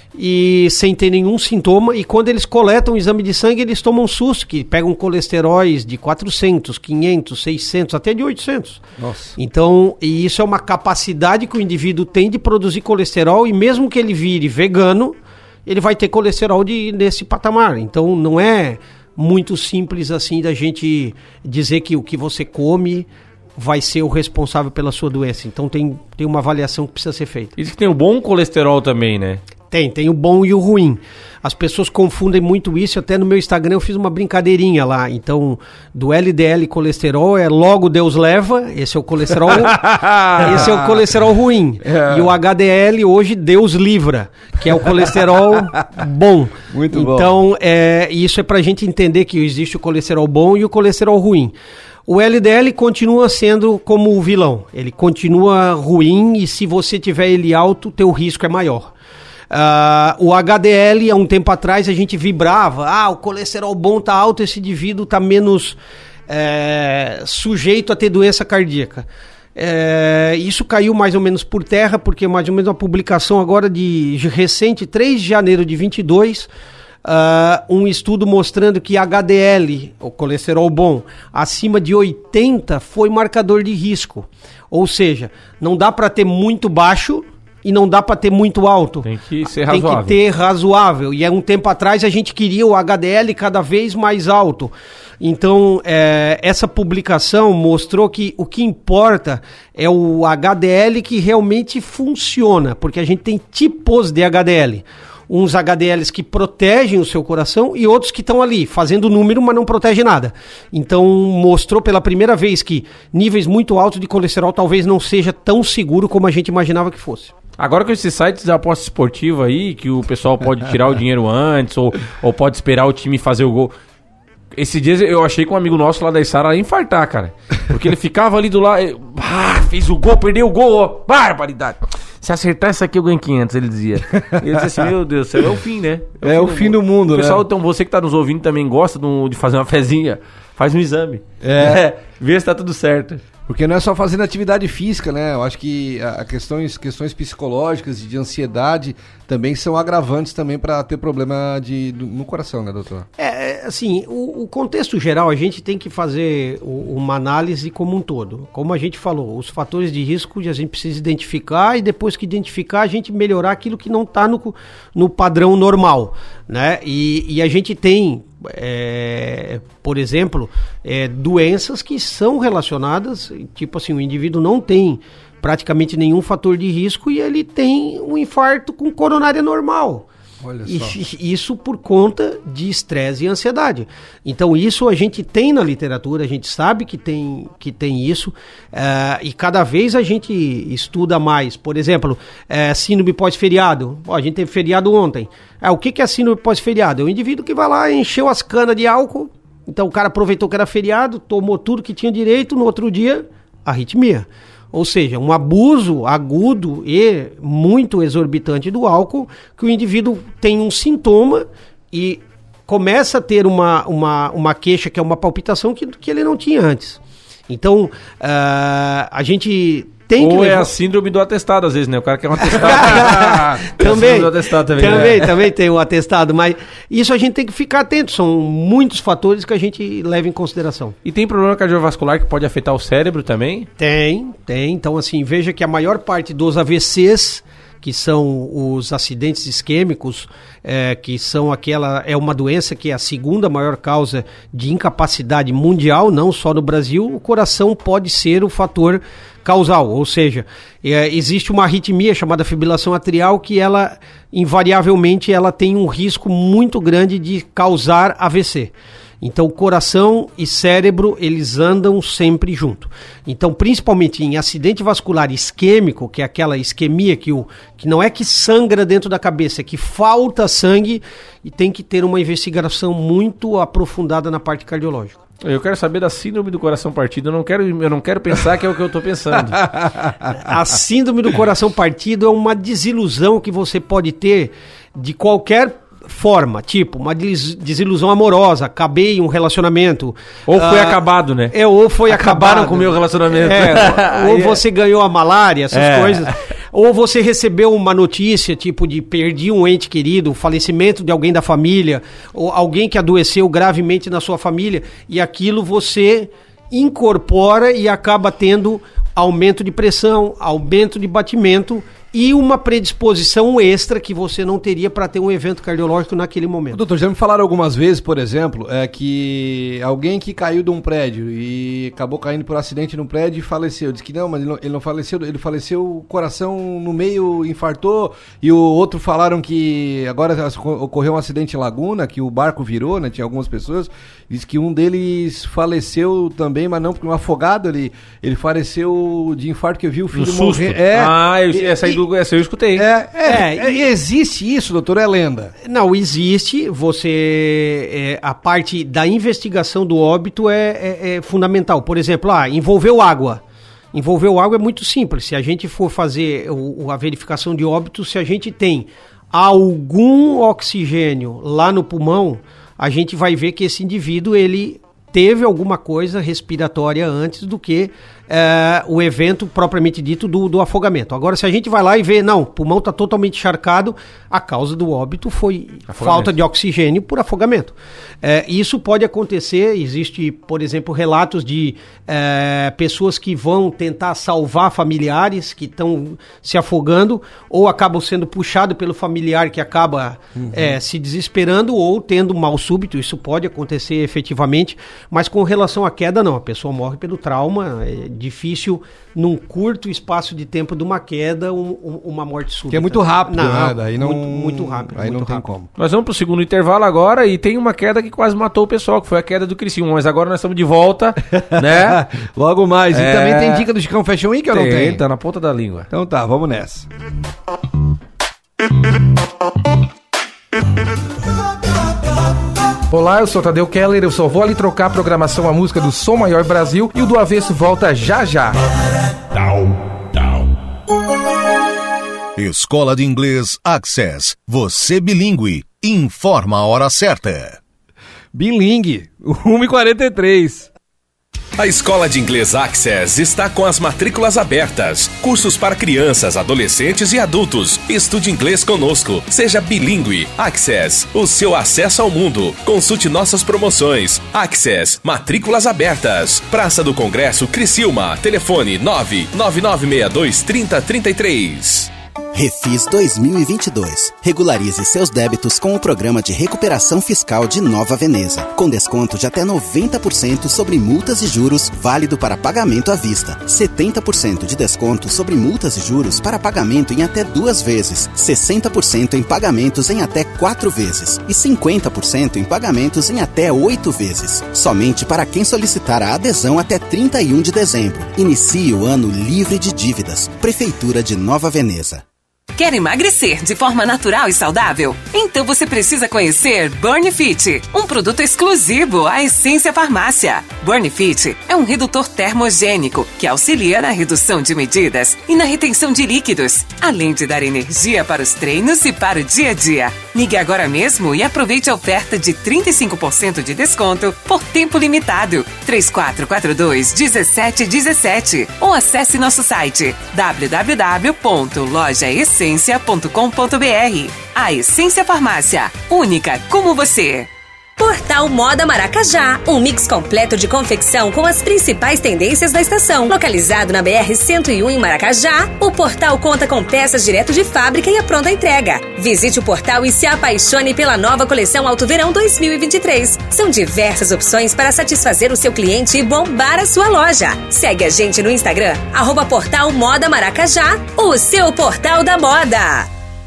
e sem ter nenhum sintoma, e quando eles coletam o exame de sangue, eles tomam um susto, que pegam colesteróis de quatrocentos, quinhentos, seiscentos, até de oitocentos. Nossa. Então, e isso é uma capacidade que o indivíduo tem de produzir colesterol, e mesmo que ele vire vegano, ele vai ter colesterol de, nesse patamar. Então, não é muito simples assim da gente dizer que o que você come vai ser o responsável pela sua doença. Então, tem, tem uma avaliação que precisa ser feita. Isso que tem o bom colesterol também, né? Tem, tem o bom e o ruim. As pessoas confundem muito isso, até no meu Instagram eu fiz uma brincadeirinha lá. Então, do L D L colesterol é logo Deus leva, esse é o colesterol, esse é o colesterol ruim. É. E o H D L hoje Deus livra, que é o colesterol bom. Muito bom. Então, é, isso é pra gente entender que existe o colesterol bom e o colesterol ruim. O L D L continua sendo como o vilão, ele continua ruim e se você tiver ele alto, teu risco é maior. Uh, o H D L, há um tempo atrás, a gente vibrava, ah, o colesterol bom tá alto, esse indivíduo tá menos é, sujeito a ter doença cardíaca. É, isso caiu mais ou menos por terra, porque mais ou menos uma publicação agora de recente, três de janeiro de vinte e dois, uh, um estudo mostrando que H D L, o colesterol bom, acima de oitenta foi marcador de risco. Ou seja, não dá para ter muito baixo, e não dá para ter muito alto. Tem que ser razoável. Tem que ter razoável. E há um tempo atrás a gente queria o H D L cada vez mais alto. Então, é, essa publicação mostrou que o que importa é o H D L que realmente funciona, porque a gente tem tipos de H D L. Uns H D Ls que protegem o seu coração e outros que estão ali, fazendo número, mas não protege nada. Então, mostrou pela primeira vez que níveis muito altos de colesterol talvez não seja tão seguro como a gente imaginava que fosse. Agora com esses sites de aposta esportiva aí, que o pessoal pode tirar o dinheiro antes, ou, ou pode esperar o time fazer o gol. Esses dias eu achei que um amigo nosso lá da Isara ia infartar, cara. Porque ele ficava ali do lado, ah, fez o gol, perdeu o gol, ó, barbaridade. Se acertar isso aqui eu ganho quinhentos, ele dizia. E ele disse assim, meu Deus, isso é o fim, né? É, é o fim do mundo, né? Pessoal, então você que tá nos ouvindo também gosta de fazer uma fezinha, faz um exame. É. é vê se tá tudo certo. Porque não é só fazendo atividade física, né? Eu acho que a questões, questões psicológicas, de ansiedade, também são agravantes também para ter problema de, no coração, né, doutor? É, assim, o, o contexto geral, a gente tem que fazer o, uma análise como um todo. Como a gente falou, os fatores de risco a gente precisa identificar e depois que identificar, a gente melhorar aquilo que não está no, no padrão normal, né? E, e a gente tem... É, por exemplo, é, doenças que são relacionadas, tipo assim, o indivíduo não tem praticamente nenhum fator de risco e ele tem um infarto com coronária normal. Olha e, só. Isso por conta de estresse e ansiedade. Então isso a gente tem na literatura, a gente sabe que tem, que tem isso, uh, e cada vez a gente estuda mais. Por exemplo, uh, síndrome pós-feriado. Ó, a gente teve feriado ontem. Uh, o que, que é síndrome pós-feriado? É o indivíduo que vai lá e encheu as canas de álcool, então o cara aproveitou que era feriado, tomou tudo que tinha direito, no outro dia, arritmia. Ou seja, um abuso agudo e muito exorbitante do álcool, que o indivíduo tem um sintoma e começa a ter uma, uma, uma queixa, que é uma palpitação que, que ele não tinha antes. Então, uh, a gente... Tem Ou que é levar... a síndrome do atestado, às vezes, né? O cara quer um atestado. também, do atestado também, também, né? também tem o atestado, mas isso a gente tem que ficar atento, são muitos fatores que a gente leva em consideração. E tem problema cardiovascular que pode afetar o cérebro também? Tem, tem. Então, assim, veja que a maior parte dos A V Cs, que são os acidentes isquêmicos, é, que são aquela, é uma doença que é a segunda maior causa de incapacidade mundial, não só no Brasil, o coração pode ser o fator causal, ou seja, é, existe uma arritmia chamada fibrilação atrial que ela, invariavelmente, ela tem um risco muito grande de causar A V C. Então, coração e cérebro, eles andam sempre junto. Então, principalmente em acidente vascular isquêmico, que é aquela isquemia que, o, que não é que sangra dentro da cabeça, é que falta sangue e tem que ter uma investigação muito aprofundada na parte cardiológica. Eu quero saber da síndrome do coração partido. Eu não quero, eu não quero pensar que é o que eu estou pensando. A síndrome do coração partido é uma desilusão que você pode ter de qualquer forma, tipo uma desilusão amorosa, acabei um relacionamento. Ou foi uh, acabado, né? É, ou foi Acabaram acabado. com o meu relacionamento. É, ou você ganhou a malária, essas é. coisas. Ou você recebeu uma notícia, tipo de perdi um ente querido, falecimento de alguém da família, ou alguém que adoeceu gravemente na sua família, e aquilo você incorpora e acaba tendo aumento de pressão, aumento de batimento e uma predisposição extra que você não teria para ter um evento cardiológico naquele momento. Doutor, já me falaram algumas vezes, por exemplo, é que alguém que caiu de um prédio e acabou caindo por acidente num prédio e faleceu. Diz que não, mas ele não, ele não faleceu, ele faleceu, o coração no meio infartou, e o outro falaram que agora ocorreu um acidente em Laguna, que o barco virou, né, tinha algumas pessoas, diz que um deles faleceu também, mas não porque um afogado, ele, ele faleceu de infarto, que eu vi o filho morrer. É, ah, eu, essa aí do, essa eu escutei. É, é, é, é, existe isso, doutor, é lenda? Não, existe, você, é, a parte da investigação do óbito é, é, é fundamental. Por exemplo, ah, envolveu água. Envolveu água é muito simples. Se a gente for fazer o, a verificação de óbito, se a gente tem algum oxigênio lá no pulmão, a gente vai ver que esse indivíduo, ele teve alguma coisa respiratória antes do que é, o evento propriamente dito do, do afogamento. Agora, se a gente vai lá e vê, não, o pulmão está totalmente encharcado, a causa do óbito foi falta de oxigênio por afogamento. É, isso pode acontecer, existe, por exemplo, relatos de é, pessoas que vão tentar salvar familiares que estão se afogando, ou acabam sendo puxados pelo familiar que acaba uhum. é, se desesperando ou tendo mal súbito. Isso pode acontecer efetivamente, mas com relação à queda, não. A pessoa morre pelo trauma, é difícil, num curto espaço de tempo de uma queda, um, um, uma morte súbita. Que é muito rápido, não, né? Daí não, muito, muito rápido. Aí muito não tem rápido. como. Nós vamos pro segundo intervalo agora e tem uma queda que quase matou o pessoal, que foi a queda do Criciúma, mas agora nós estamos de volta, né? Logo mais. É... E também tem dica do Chicão Fashion Week, eu não tenho? Tá na ponta da língua. Então tá, vamos nessa. Olá, eu sou Tadeu Keller, eu só vou ali trocar a programação, a música do Som Maior Brasil, e o do Avesso volta já já. Down, down. Escola de Inglês Access. Você bilíngue. Informa a hora certa. Bilingue, uma e quarenta e três. A Escola de Inglês Access está com as matrículas abertas. Cursos para crianças, adolescentes e adultos. Estude inglês conosco. Seja bilíngue. Access, o seu acesso ao mundo. Consulte nossas promoções. Access, matrículas abertas. Praça do Congresso, Criciúma. Telefone nove nove nove seis dois três zero três três. Refis dois mil e vinte e dois. Regularize seus débitos com o programa de recuperação fiscal de Nova Veneza, com desconto de até noventa por cento sobre multas e juros, válido para pagamento à vista, setenta por cento de desconto sobre multas e juros para pagamento em até duas vezes, sessenta por cento em pagamentos em até quatro vezes e cinquenta por cento em pagamentos em até oito vezes. Somente para quem solicitar a adesão até trinta e um de dezembro. Inicie o ano livre de dívidas. Prefeitura de Nova Veneza. Quer emagrecer de forma natural e saudável? Então você precisa conhecer Burn Fit, um produto exclusivo à Essência Farmácia. Burn Fit é um redutor termogênico que auxilia na redução de medidas e na retenção de líquidos, além de dar energia para os treinos e para o dia a dia. Ligue agora mesmo e aproveite a oferta de trinta e cinco por cento de desconto por tempo limitado. três quatro quatro dois, um sete um sete ou acesse nosso site w w w ponto loja essência ponto com ponto b r. A Essência Farmácia, única como você. Portal Moda Maracajá, um mix completo de confecção com as principais tendências da estação. Localizado na B R cento e um em Maracajá, o portal conta com peças direto de fábrica e a pronta entrega. Visite o portal e se apaixone pela nova coleção Alto Verão dois mil e vinte e três. São diversas opções para satisfazer o seu cliente e bombar a sua loja. Segue a gente no Instagram, arroba Portal Moda Maracajá, o seu portal da moda.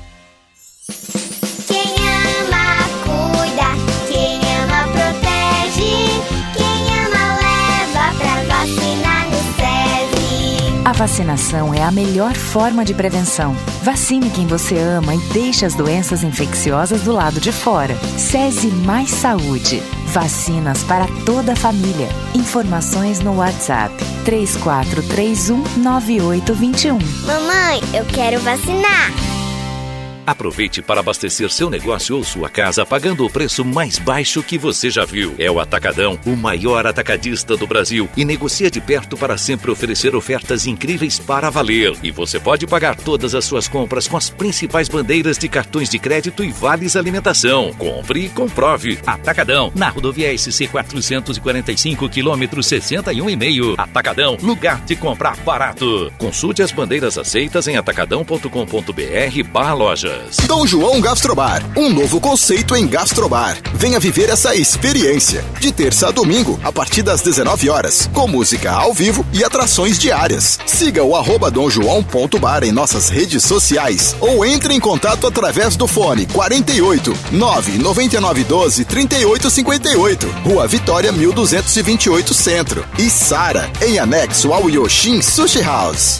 A vacinação é a melhor forma de prevenção. Vacine quem você ama e deixe as doenças infecciosas do lado de fora. SESI Mais Saúde. Vacinas para toda a família. Informações no WhatsApp três quatro três um, nove oito dois um. Mamãe, eu quero vacinar. Aproveite para abastecer seu negócio ou sua casa pagando o preço mais baixo que você já viu. É o Atacadão, o maior atacadista do Brasil, e negocia de perto para sempre oferecer ofertas incríveis para valer. E você pode pagar todas as suas compras com as principais bandeiras de cartões de crédito e vales alimentação. Compre e comprove. Atacadão, na rodovia S C quatrocentos e quarenta e cinco, quilômetro sessenta e um e meio. Atacadão, lugar de comprar barato. Consulte as bandeiras aceitas em atacadão ponto com ponto b r barra loja. Dom João Gastrobar, um novo conceito em gastrobar. Venha viver essa experiência. De terça a domingo, a partir das dezenove horas, com música ao vivo e atrações diárias. Siga o arroba dom joão ponto bar em nossas redes sociais ou entre em contato através do fone quarenta e oito, nove nove nove um dois, trinta e oito cinquenta e oito, Rua Vitória mil duzentos e vinte e oito Centro. E Sara, em anexo ao Yoshin Sushi House.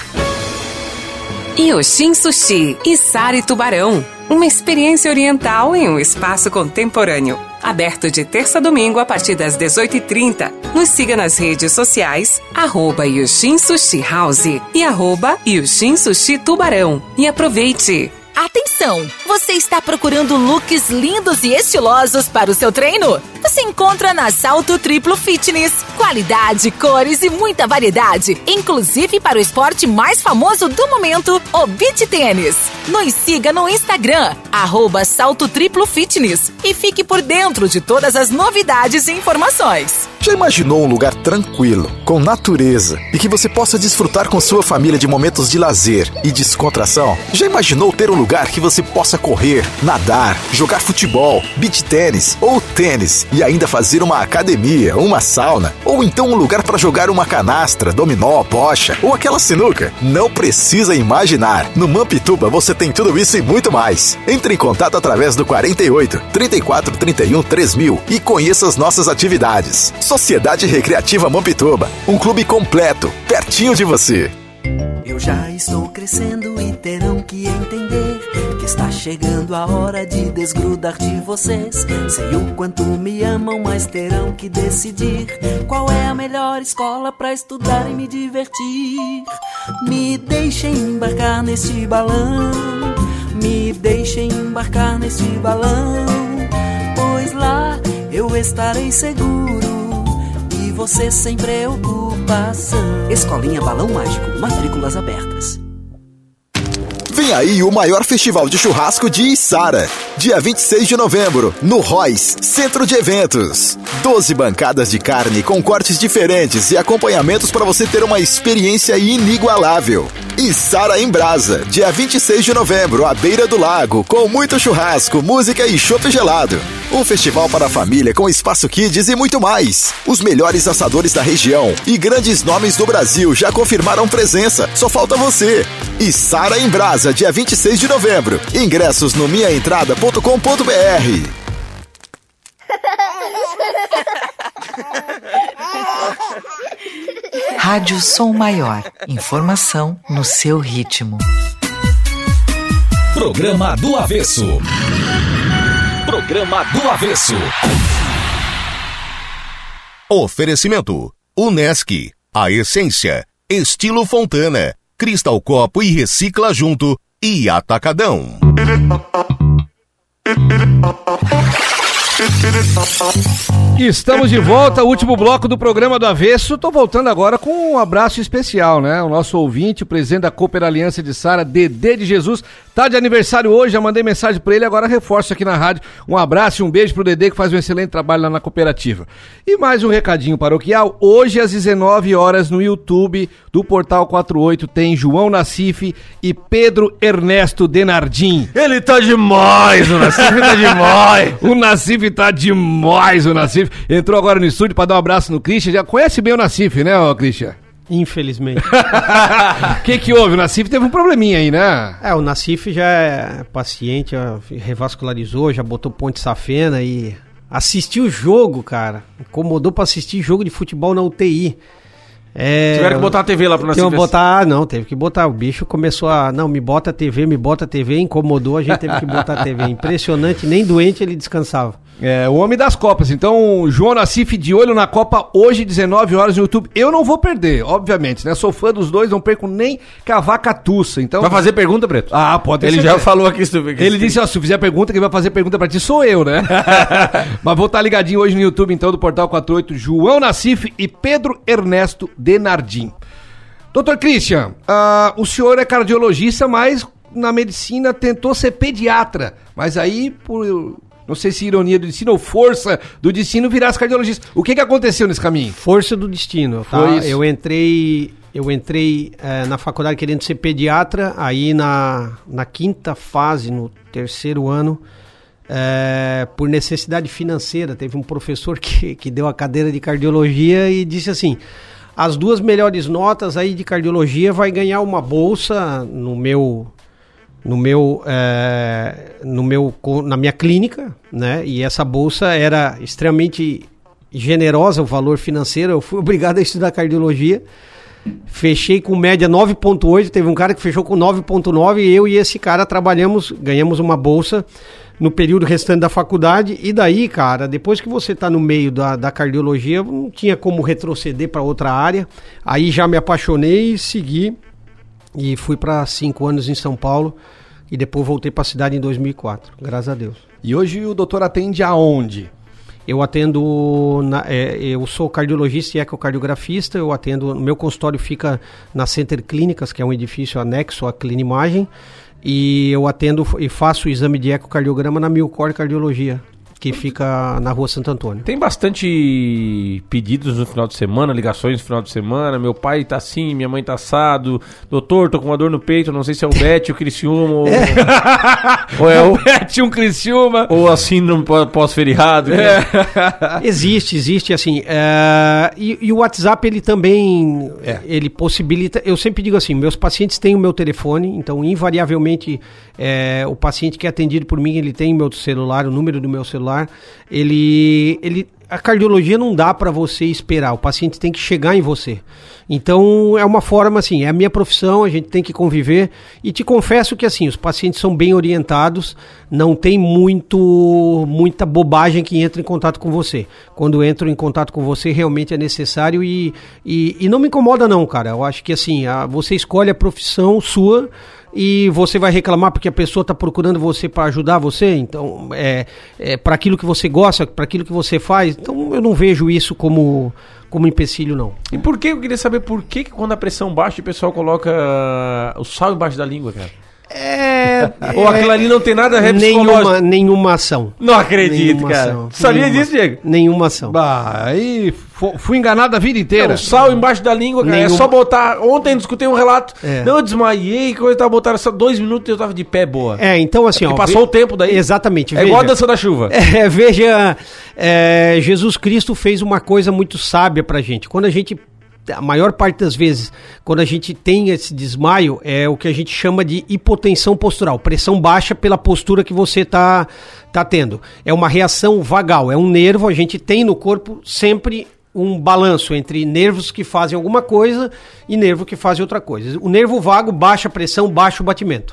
Yoshin Sushi e Sara e Tubarão. Uma experiência oriental em um espaço contemporâneo. Aberto de terça a domingo a partir das dezoito e trinta. Nos siga nas redes sociais, arroba Yoshin Sushi House e arroba Yoshin Sushi Tubarão. E aproveite! Atenção! Você está procurando looks lindos e estilosos para o seu treino? Você encontra na Salto Triplo Fitness. Qualidade, cores e muita variedade, inclusive para o esporte mais famoso do momento, o beach tênis. Nos siga no Instagram, arroba Salto Triplo Fitness, e fique por dentro de todas as novidades e informações. Já imaginou um lugar tranquilo, com natureza, e que você possa desfrutar com sua família de momentos de lazer e descontração? Já imaginou ter um lugar que você possa correr, nadar, jogar futebol, beach tênis ou tênis e ainda fazer uma academia, uma sauna, ou então um lugar para jogar uma canastra, dominó, bocha ou aquela sinuca? Não precisa imaginar. No Mampituba você tem tudo isso e muito mais. Entre em contato através do quarenta e oito, trinta e quatro, trinta e um, três mil e conheça as nossas atividades. Sociedade Recreativa Mampituba, um clube completo, pertinho de você. Eu já estou crescendo e terão que entender que está chegando a hora de desgrudar de vocês. Sei o quanto me amam, mas terão que decidir qual é a melhor escola pra estudar e me divertir. Me deixem embarcar neste balão, me deixem embarcar neste balão, pois lá eu estarei seguro e você sem preocupação. Escolinha Balão Mágico, matrículas abertas. Vem aí o maior festival de churrasco de Içara. Dia vinte e seis de novembro, no Royce, Centro de Eventos. doze bancadas de carne com cortes diferentes e acompanhamentos para você ter uma experiência inigualável. Içara em Brasa, dia vinte e seis de novembro, à beira do lago, com muito churrasco, música e chopp gelado. Um festival para a família com espaço kids e muito mais. Os melhores assadores da região e grandes nomes do Brasil já confirmaram presença. Só falta você. Içara em Brasa, dia vinte e seis de novembro. Ingressos no minha entrada ponto com ponto b r. Rádio Som Maior. Informação no seu ritmo. Programa do Avesso. Programa do Avesso. Oferecimento: Unesc, a essência, estilo Fontana, Cristal Copo e Recicla Junto e Atacadão. Estamos de volta, último bloco do programa do Avesso. Tô voltando agora com um abraço especial, né? O nosso ouvinte, o presidente da Cooper Aliança de Sara, Dedê de Jesus, tá de aniversário hoje, já mandei mensagem pra ele, agora reforço aqui na rádio. Um abraço e um beijo pro Dedê, que faz um excelente trabalho lá na cooperativa. E mais um recadinho paroquial, hoje às dezenove horas no YouTube do Portal quarenta e oito tem João Nassif e Pedro Ernesto Denardim. Ele tá demais, o Nassif tá demais. O Nassif tá demais, o Nassif. Entrou agora no estúdio pra dar um abraço no Christian. Já conhece bem o Nassif, né, ô Christian? Infelizmente. O que que houve? O Nassif teve um probleminha aí, né? É, o Nassif já é paciente, já revascularizou, já botou ponte safena e assistiu o jogo, cara. Incomodou pra assistir jogo de futebol na U T I. É, Tiveram que botar a T V lá pro Nassif. Botar, não, teve que botar. O bicho começou a, não, me bota a T V, me bota a T V, incomodou, a gente teve que botar a T V. Impressionante, nem doente ele descansava. É, o homem das Copas. Então, João Nassif de olho na Copa hoje, dezenove horas no YouTube. Eu não vou perder, obviamente, né? Sou fã dos dois, não perco nem cavaca-tussa. Então... Vai fazer pergunta, Preto? Ah, pode ter Ele certeza. já falou aqui. Se Ele disse, ó, se fizer pergunta, quem vai fazer pergunta pra ti sou eu, né? Mas vou estar ligadinho hoje no YouTube, então, do Portal quarenta e oito, João Nassif e Pedro Ernesto Denardim. doutor Christian, uh, o senhor é cardiologista, mas na medicina tentou ser pediatra. Mas aí, por... não sei se ironia do destino ou força do destino, virasse cardiologista. O que que aconteceu nesse caminho? Força do destino, tá? Foi isso. Eu entrei, eu entrei é, na faculdade querendo ser pediatra, aí na, na quinta fase, no terceiro ano, é, por necessidade financeira, teve um professor que, que deu a cadeira de cardiologia e disse assim, as duas melhores notas aí de cardiologia vai ganhar uma bolsa no meu... no meu, é, no meu, na minha clínica, né? E essa bolsa era extremamente generosa, o valor financeiro. Eu fui obrigado a estudar cardiologia. Fechei com média nove ponto oito, teve um cara que fechou com nove ponto nove, e eu e esse cara trabalhamos, ganhamos uma bolsa no período restante da faculdade. E daí, cara, depois que você tá no meio da, da cardiologia, não tinha como retroceder para outra área. Aí já me apaixonei e segui. E fui para cinco anos em São Paulo e depois voltei para a cidade em dois mil e quatro, graças a Deus. E hoje o doutor atende aonde? Eu atendo, na, é, eu sou cardiologista e ecocardiografista, eu atendo, meu consultório fica na Center Clínicas, que é um edifício anexo à Clinimagem, e eu atendo e faço o exame de ecocardiograma na Milcor Cardiologia, que fica na rua Santo Antônio. Tem bastante pedidos no final de semana, ligações no final de semana. Meu pai tá assim, minha mãe tá assado. Doutor, tô com uma dor no peito, não sei se é o Bete, o Criciúma ou... É. ou é o... Bete, um Criciúma. Ou assim, no pós-feriado. É. Existe, existe assim. É... E, e o WhatsApp, ele também, é. ele possibilita... Eu sempre digo assim, meus pacientes têm o meu telefone, então invariavelmente é, o paciente que é atendido por mim, ele tem o meu celular, o número do meu celular. Ele, ele, a cardiologia não dá para você esperar, o paciente tem que chegar em você. Então é uma forma assim, é a minha profissão, a gente tem que conviver. E te confesso que assim, os pacientes são bem orientados, não tem muito, muita bobagem que entra em contato com você. Quando entram em contato com você, realmente é necessário e, e, e não me incomoda não, cara. Eu acho que assim, a, você escolhe a profissão sua e você vai reclamar porque a pessoa está procurando você para ajudar você, então é, é para aquilo que você gosta, para aquilo que você faz, então eu não vejo isso como, como empecilho não. E por que, eu queria saber por que, que quando a pressão baixa o pessoal coloca o sal embaixo da língua, cara? É, ou aquilo ali não tem nada a ver nenhuma, nenhuma ação. Não acredito, nenhuma cara. Ação. Sabia nenhuma, disso, Diego? Nenhuma ação. Bah, aí fui enganado a vida inteira. Não, sal embaixo da língua, cara. Nenhuma... É só botar. Ontem eu escutei um relato. É. Não, eu desmaiei, que eu tava botando só dois minutos e eu tava de pé boa. É, então assim, é ó. Passou ve... o tempo daí. Exatamente. É veja, igual a dança da chuva. É, veja, é, Jesus Cristo fez uma coisa muito sábia pra gente. Quando a gente. A maior parte das vezes, quando a gente tem esse desmaio, é o que a gente chama de hipotensão postural, pressão baixa pela postura que você está tá tendo. É uma reação vagal, é um nervo, a gente tem no corpo sempre um balanço entre nervos que fazem alguma coisa e nervo que fazem outra coisa. O nervo vago baixa a pressão, baixa o batimento.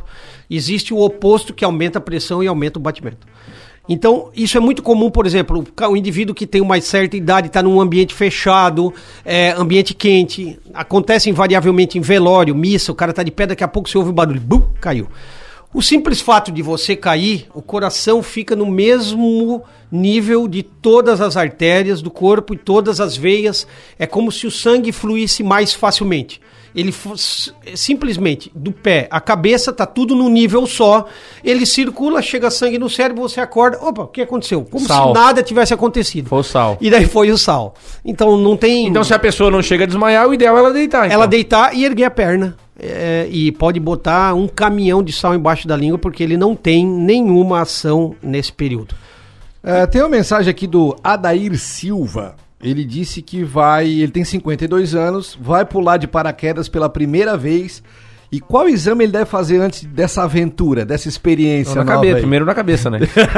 existe o oposto que aumenta a pressão e aumenta o batimento. Então, isso é muito comum, por exemplo, o indivíduo que tem uma certa idade está num ambiente fechado, é, ambiente quente, acontece invariavelmente em velório, missa, o cara está de pé, daqui a pouco você ouve o barulho, bum, caiu. O simples fato de você cair, o coração fica no mesmo nível de todas as artérias do corpo e todas as veias, é como se o sangue fluísse mais facilmente. Ele fosse, simplesmente do pé à cabeça, tá tudo num nível só, ele circula, chega sangue no cérebro, você acorda, opa, o que aconteceu? Como sal. Se nada tivesse acontecido. Foi o sal. E daí foi o sal. Então não tem... Então se a pessoa não chega a desmaiar, o ideal é ela deitar. Então. Ela deitar e erguer a perna. É, e pode botar um caminhão de sal embaixo da língua, porque ele não tem nenhuma ação nesse período. É, tem uma mensagem aqui do Adair Silva. Ele disse que vai, ele tem cinquenta e dois anos, vai pular de paraquedas pela primeira vez. E qual exame ele deve fazer antes dessa aventura, dessa experiência na nova cabeça, aí? Primeiro na cabeça, né?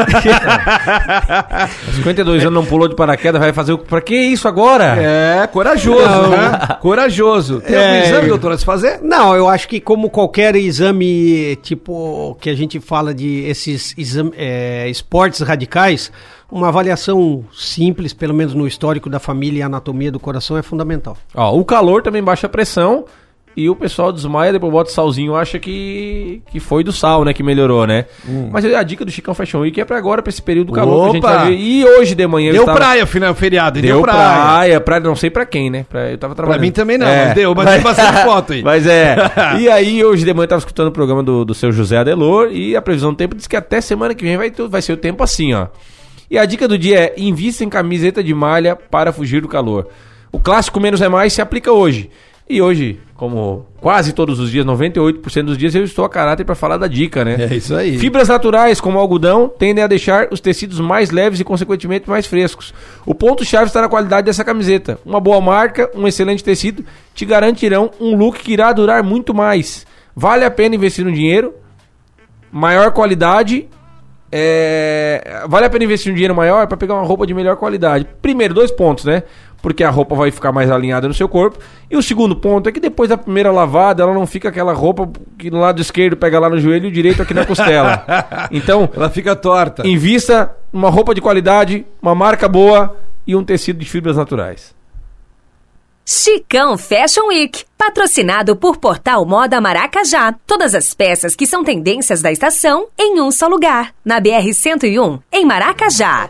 cinquenta e dois anos não pulou de paraquedas, vai fazer o... Pra que isso agora? É, corajoso, não. né? Corajoso. Tem é... algum exame, doutor, a se fazer? Não, eu acho que como qualquer exame, tipo, que a gente fala de esses exame, é, esportes radicais... Uma avaliação simples, pelo menos no histórico da família e anatomia do coração, é fundamental. Ó, o calor também baixa a pressão e o pessoal desmaia, depois bota o salzinho, acha que, que foi do sal, né, que melhorou, né? Hum. Mas a dica do Chicão Fashion Week é pra agora, pra esse período do calor. Opa. Que a gente vai ver. E hoje de manhã... Deu estava... praia, final feriado, deu, deu praia. praia. Praia, não sei pra quem, né? Pra... Eu tava trabalhando. Pra mim também não, é. mas deu, mas tem bastante foto aí. Mas é. E aí, hoje de manhã eu tava escutando o programa do, do seu José Adelor e a previsão do tempo diz que até semana que vem vai, vai ser o tempo assim, ó. E a dica do dia é: invista em camiseta de malha para fugir do calor. O clássico menos é mais se aplica hoje. E hoje, como quase todos os dias, noventa e oito por cento dos dias, eu estou a caráter para falar da dica, né? É isso aí. Fibras naturais, como algodão, tendem a deixar os tecidos mais leves e, consequentemente, mais frescos. O ponto-chave está na qualidade dessa camiseta. Uma boa marca, um excelente tecido, te garantirão um look que irá durar muito mais. Vale a pena investir no dinheiro, maior qualidade... É... Vale a pena investir um dinheiro maior para pegar uma roupa de melhor qualidade. Primeiro, dois pontos, né? Porque a roupa vai ficar mais alinhada no seu corpo. E o segundo ponto é que depois da primeira lavada, ela não fica aquela roupa que no lado esquerdo pega lá no joelho e o direito aqui na costela. Então, ela fica torta. Invista numa roupa de qualidade, uma marca boa e um tecido de fibras naturais. Chicão Fashion Week, patrocinado por Portal Moda Maracajá. Todas as peças que são tendências da estação em um só lugar. Na B R cento e um, em Maracajá.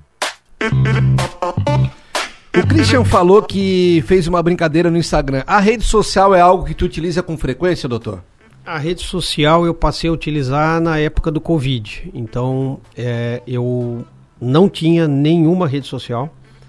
O Christian falou que fez uma brincadeira no Instagram. A rede social é algo que tu utiliza com frequência, doutor? A rede social eu passei a utilizar na época do Covid. Então, é, eu não tinha nenhuma rede social.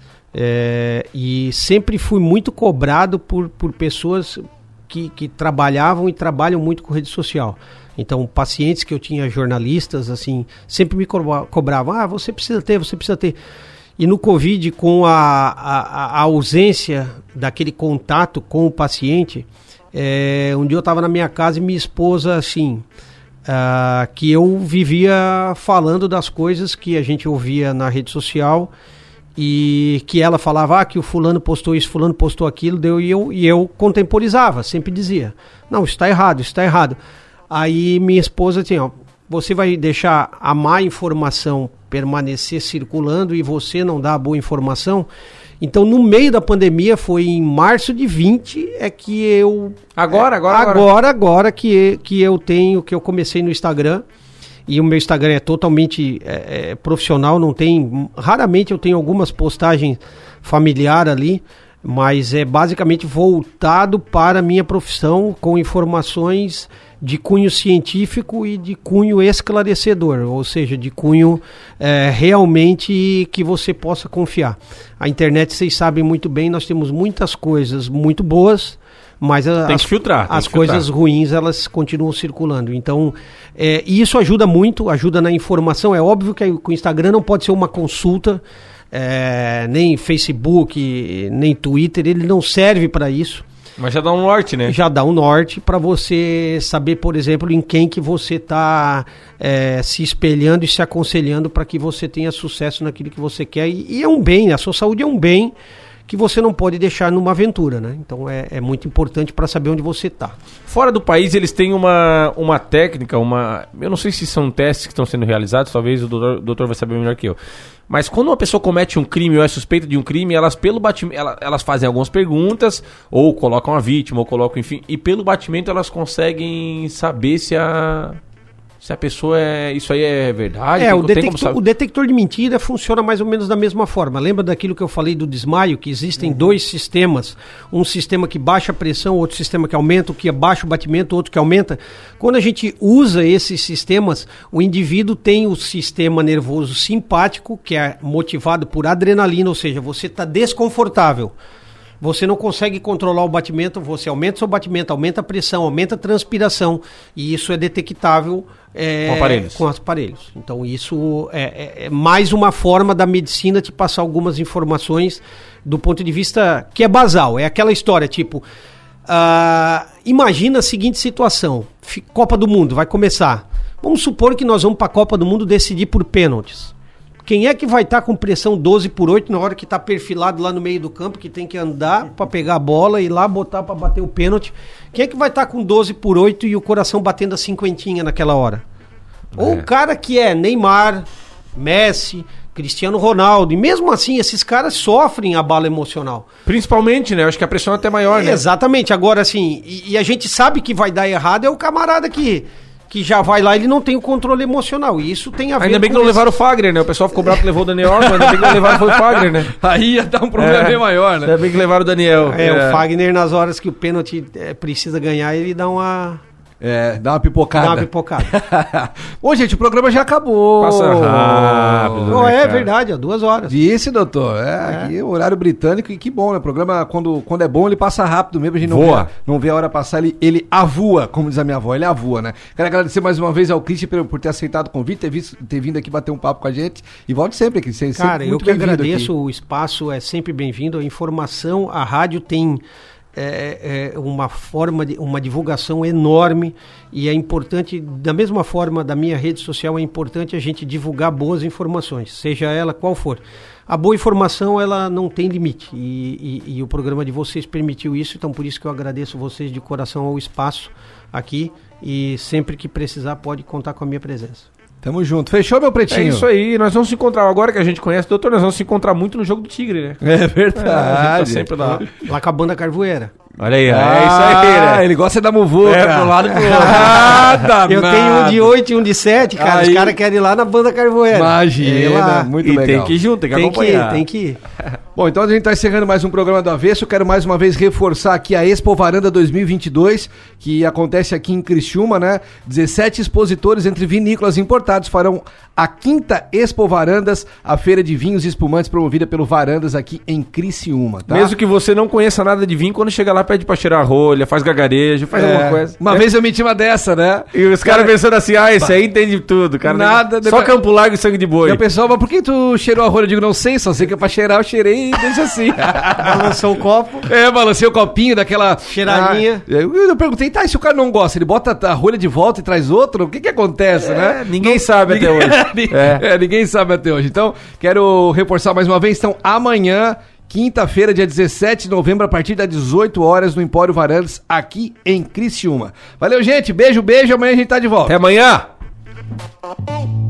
É, e sempre fui muito cobrado por, por pessoas que, que trabalhavam e trabalham muito com rede social. Então, pacientes que eu tinha, jornalistas, assim, sempre me cobravam, ah, você precisa ter, você precisa ter. E no Covid, com a, a, a ausência daquele contato com o paciente, é, um dia eu estava na minha casa e minha esposa, assim, uh, que eu vivia falando das coisas que a gente ouvia na rede social, e que ela falava, ah, que o fulano postou isso, fulano postou aquilo, deu, e, eu, e eu contemporizava, sempre dizia, não, isso está errado, isso está errado. Aí minha esposa tinha, ó, você vai deixar a má informação permanecer circulando e você não dá a boa informação? Então, no meio da pandemia, foi em março de vinte, é que eu... Agora, agora, agora. Agora, agora que, que eu tenho, que eu comecei no Instagram. E o meu Instagram é totalmente é, é, profissional, não tem... Raramente eu tenho algumas postagens familiares ali, mas é basicamente voltado para a minha profissão, com informações de cunho científico e de cunho esclarecedor, ou seja, de cunho é, realmente que você possa confiar. A internet, vocês sabem muito bem, nós temos muitas coisas muito boas, mas a, tem que filtrar, as, as que filtrar. coisas ruins, elas continuam circulando. Então, é, e isso ajuda muito, ajuda na informação. É óbvio que o Instagram não pode ser uma consulta, é, nem Facebook, nem Twitter, ele não serve para isso. Mas já dá um norte, né? Já dá um norte para você saber, por exemplo, em quem que você está é, se espelhando e se aconselhando para que você tenha sucesso naquilo que você quer. E, e é um bem, a sua saúde é um bem que você não pode deixar numa aventura, né? Então é, é muito importante para saber onde você está. Fora do país, eles têm uma, uma técnica, uma... Eu não sei se são testes que estão sendo realizados, talvez o doutor, o doutor vai saber melhor que eu. Mas quando uma pessoa comete um crime ou é suspeita de um crime, elas pelo batimento, elas, elas fazem algumas perguntas, ou colocam a vítima, ou colocam, enfim, e pelo batimento elas conseguem saber se a... Se a pessoa é... Isso aí é verdade? É, tem, o, detector, o detector de mentira funciona mais ou menos da mesma forma. Lembra daquilo que eu falei do desmaio? Que existem uhum. dois sistemas. Um sistema que baixa a pressão, outro sistema que aumenta, o que abaixa o batimento, outro que aumenta. Quando a gente usa esses sistemas, o indivíduo tem o sistema nervoso simpático, que é motivado por adrenalina, ou seja, você está desconfortável. Você não consegue controlar o batimento, você aumenta o seu batimento, aumenta a pressão, aumenta a transpiração, e isso é detectável é, com aparelhos. Com aparelhos. Então isso é, é, é mais uma forma da medicina te passar algumas informações do ponto de vista que é basal. É aquela história, tipo, uh, imagina a seguinte situação, Copa do Mundo, vai começar. Vamos supor que nós vamos para a Copa do Mundo decidir por pênaltis. Quem é que vai estar tá com pressão doze por oito na hora que está perfilado lá no meio do campo, que tem que andar para pegar a bola e ir lá botar para bater o pênalti? Quem é que vai estar tá com doze por oito e o coração batendo a cinquentinha naquela hora? É. Ou o cara que é Neymar, Messi, Cristiano Ronaldo, e mesmo assim esses caras sofrem a bala emocional. Principalmente, né? Eu acho que a pressão é até maior, né? Exatamente. Agora, assim, e, e a gente sabe que vai dar errado, é o camarada que... que já vai lá, ele não tem o controle emocional, e isso tem a ver Ainda bem com que não esse... levaram o Fagner, né? O pessoal ficou bravo que levou o Daniel, mas ainda bem que não levaram foi o Fagner, né? Aí ia dar um problema é, bem maior, né? Ainda bem que levaram o Daniel. É, é, o Fagner, nas horas que o pênalti é, precisa ganhar, ele dá uma... É, dá uma pipocada. Dá uma pipocada. Ô, gente, o programa já acabou. Passa rápido. Oh, né, é cara? verdade, ó, duas horas. Disse, doutor. É, é. Aqui o horário britânico, e que bom, né? O programa, quando, quando é bom, ele passa rápido mesmo. A gente não Voa. vê, não vê a hora passar, ele, ele avua, como diz a minha avó, ele avua, né? Quero agradecer mais uma vez ao Christian por, por ter aceitado o convite, ter, visto, ter vindo aqui bater um papo com a gente. E volte sempre, Christian. Cara, sempre eu que agradeço, aqui. O espaço é sempre bem-vindo, a informação, a rádio tem... É, é uma forma de uma divulgação enorme, e é importante, da mesma forma da minha rede social, é importante a gente divulgar boas informações, seja ela qual for. A boa informação, ela não tem limite, e, e, e o programa de vocês permitiu isso, então por isso que eu agradeço vocês de coração ao espaço aqui, e sempre que precisar pode contar com a minha presença. Tamo junto. Fechou, meu pretinho? É isso aí. Nós vamos se encontrar agora que a gente conhece, doutor, nós vamos se encontrar muito no Jogo do Tigre, né? É verdade. É, a gente tá sempre lá. Lá com a banda Carvoeira. Olha aí, ah, é isso aí, né? Ele gosta da muvuca. É, pro lado pro outro. Nada, Eu tenho um de oito e um de sete, cara. Aí. Os caras querem ir lá na banda Carvoeira. Imagina, muito e legal. Tem que ir junto, tem que tem acompanhar. Que ir, tem que ir. Bom, então a gente está encerrando mais um programa do Avesso. Quero mais uma vez reforçar aqui a Expo Varanda dois mil e vinte e dois, que acontece aqui em Criciúma, né? dezessete expositores entre vinícolas importados farão a quinta Expo Varandas, a feira de vinhos e espumantes promovida pelo Varandas aqui em Criciúma, tá? Mesmo que você não conheça nada de vinho, quando chega lá pede pra cheirar a rolha, faz gargarejo, faz é, alguma coisa. Uma é. vez eu meti uma dessa, né? E os caras cara, pensando assim, ah, esse aí entende tudo, cara. Nada. Só depois... Campo Largo e sangue de boi. E o pessoal, mas por que tu cheirou a rolha? Eu digo, não sei, só sei que é pra cheirar, eu cheirei e deixa assim. Balançou o copo. É, balancei o copinho daquela... Cheiradinha. Ah, eu, eu perguntei, tá, e se o cara não gosta, ele bota a rolha de volta e traz outro? O que que acontece, é, né? Ninguém não, sabe ninguém, até hoje. é. É, ninguém sabe até hoje. Então, quero reforçar mais uma vez, então, amanhã... Quinta-feira, dia dezessete de novembro, a partir das dezoito horas, no Empório Varandas, aqui em Criciúma. Valeu, gente. Beijo, beijo. Amanhã a gente tá de volta. Até amanhã.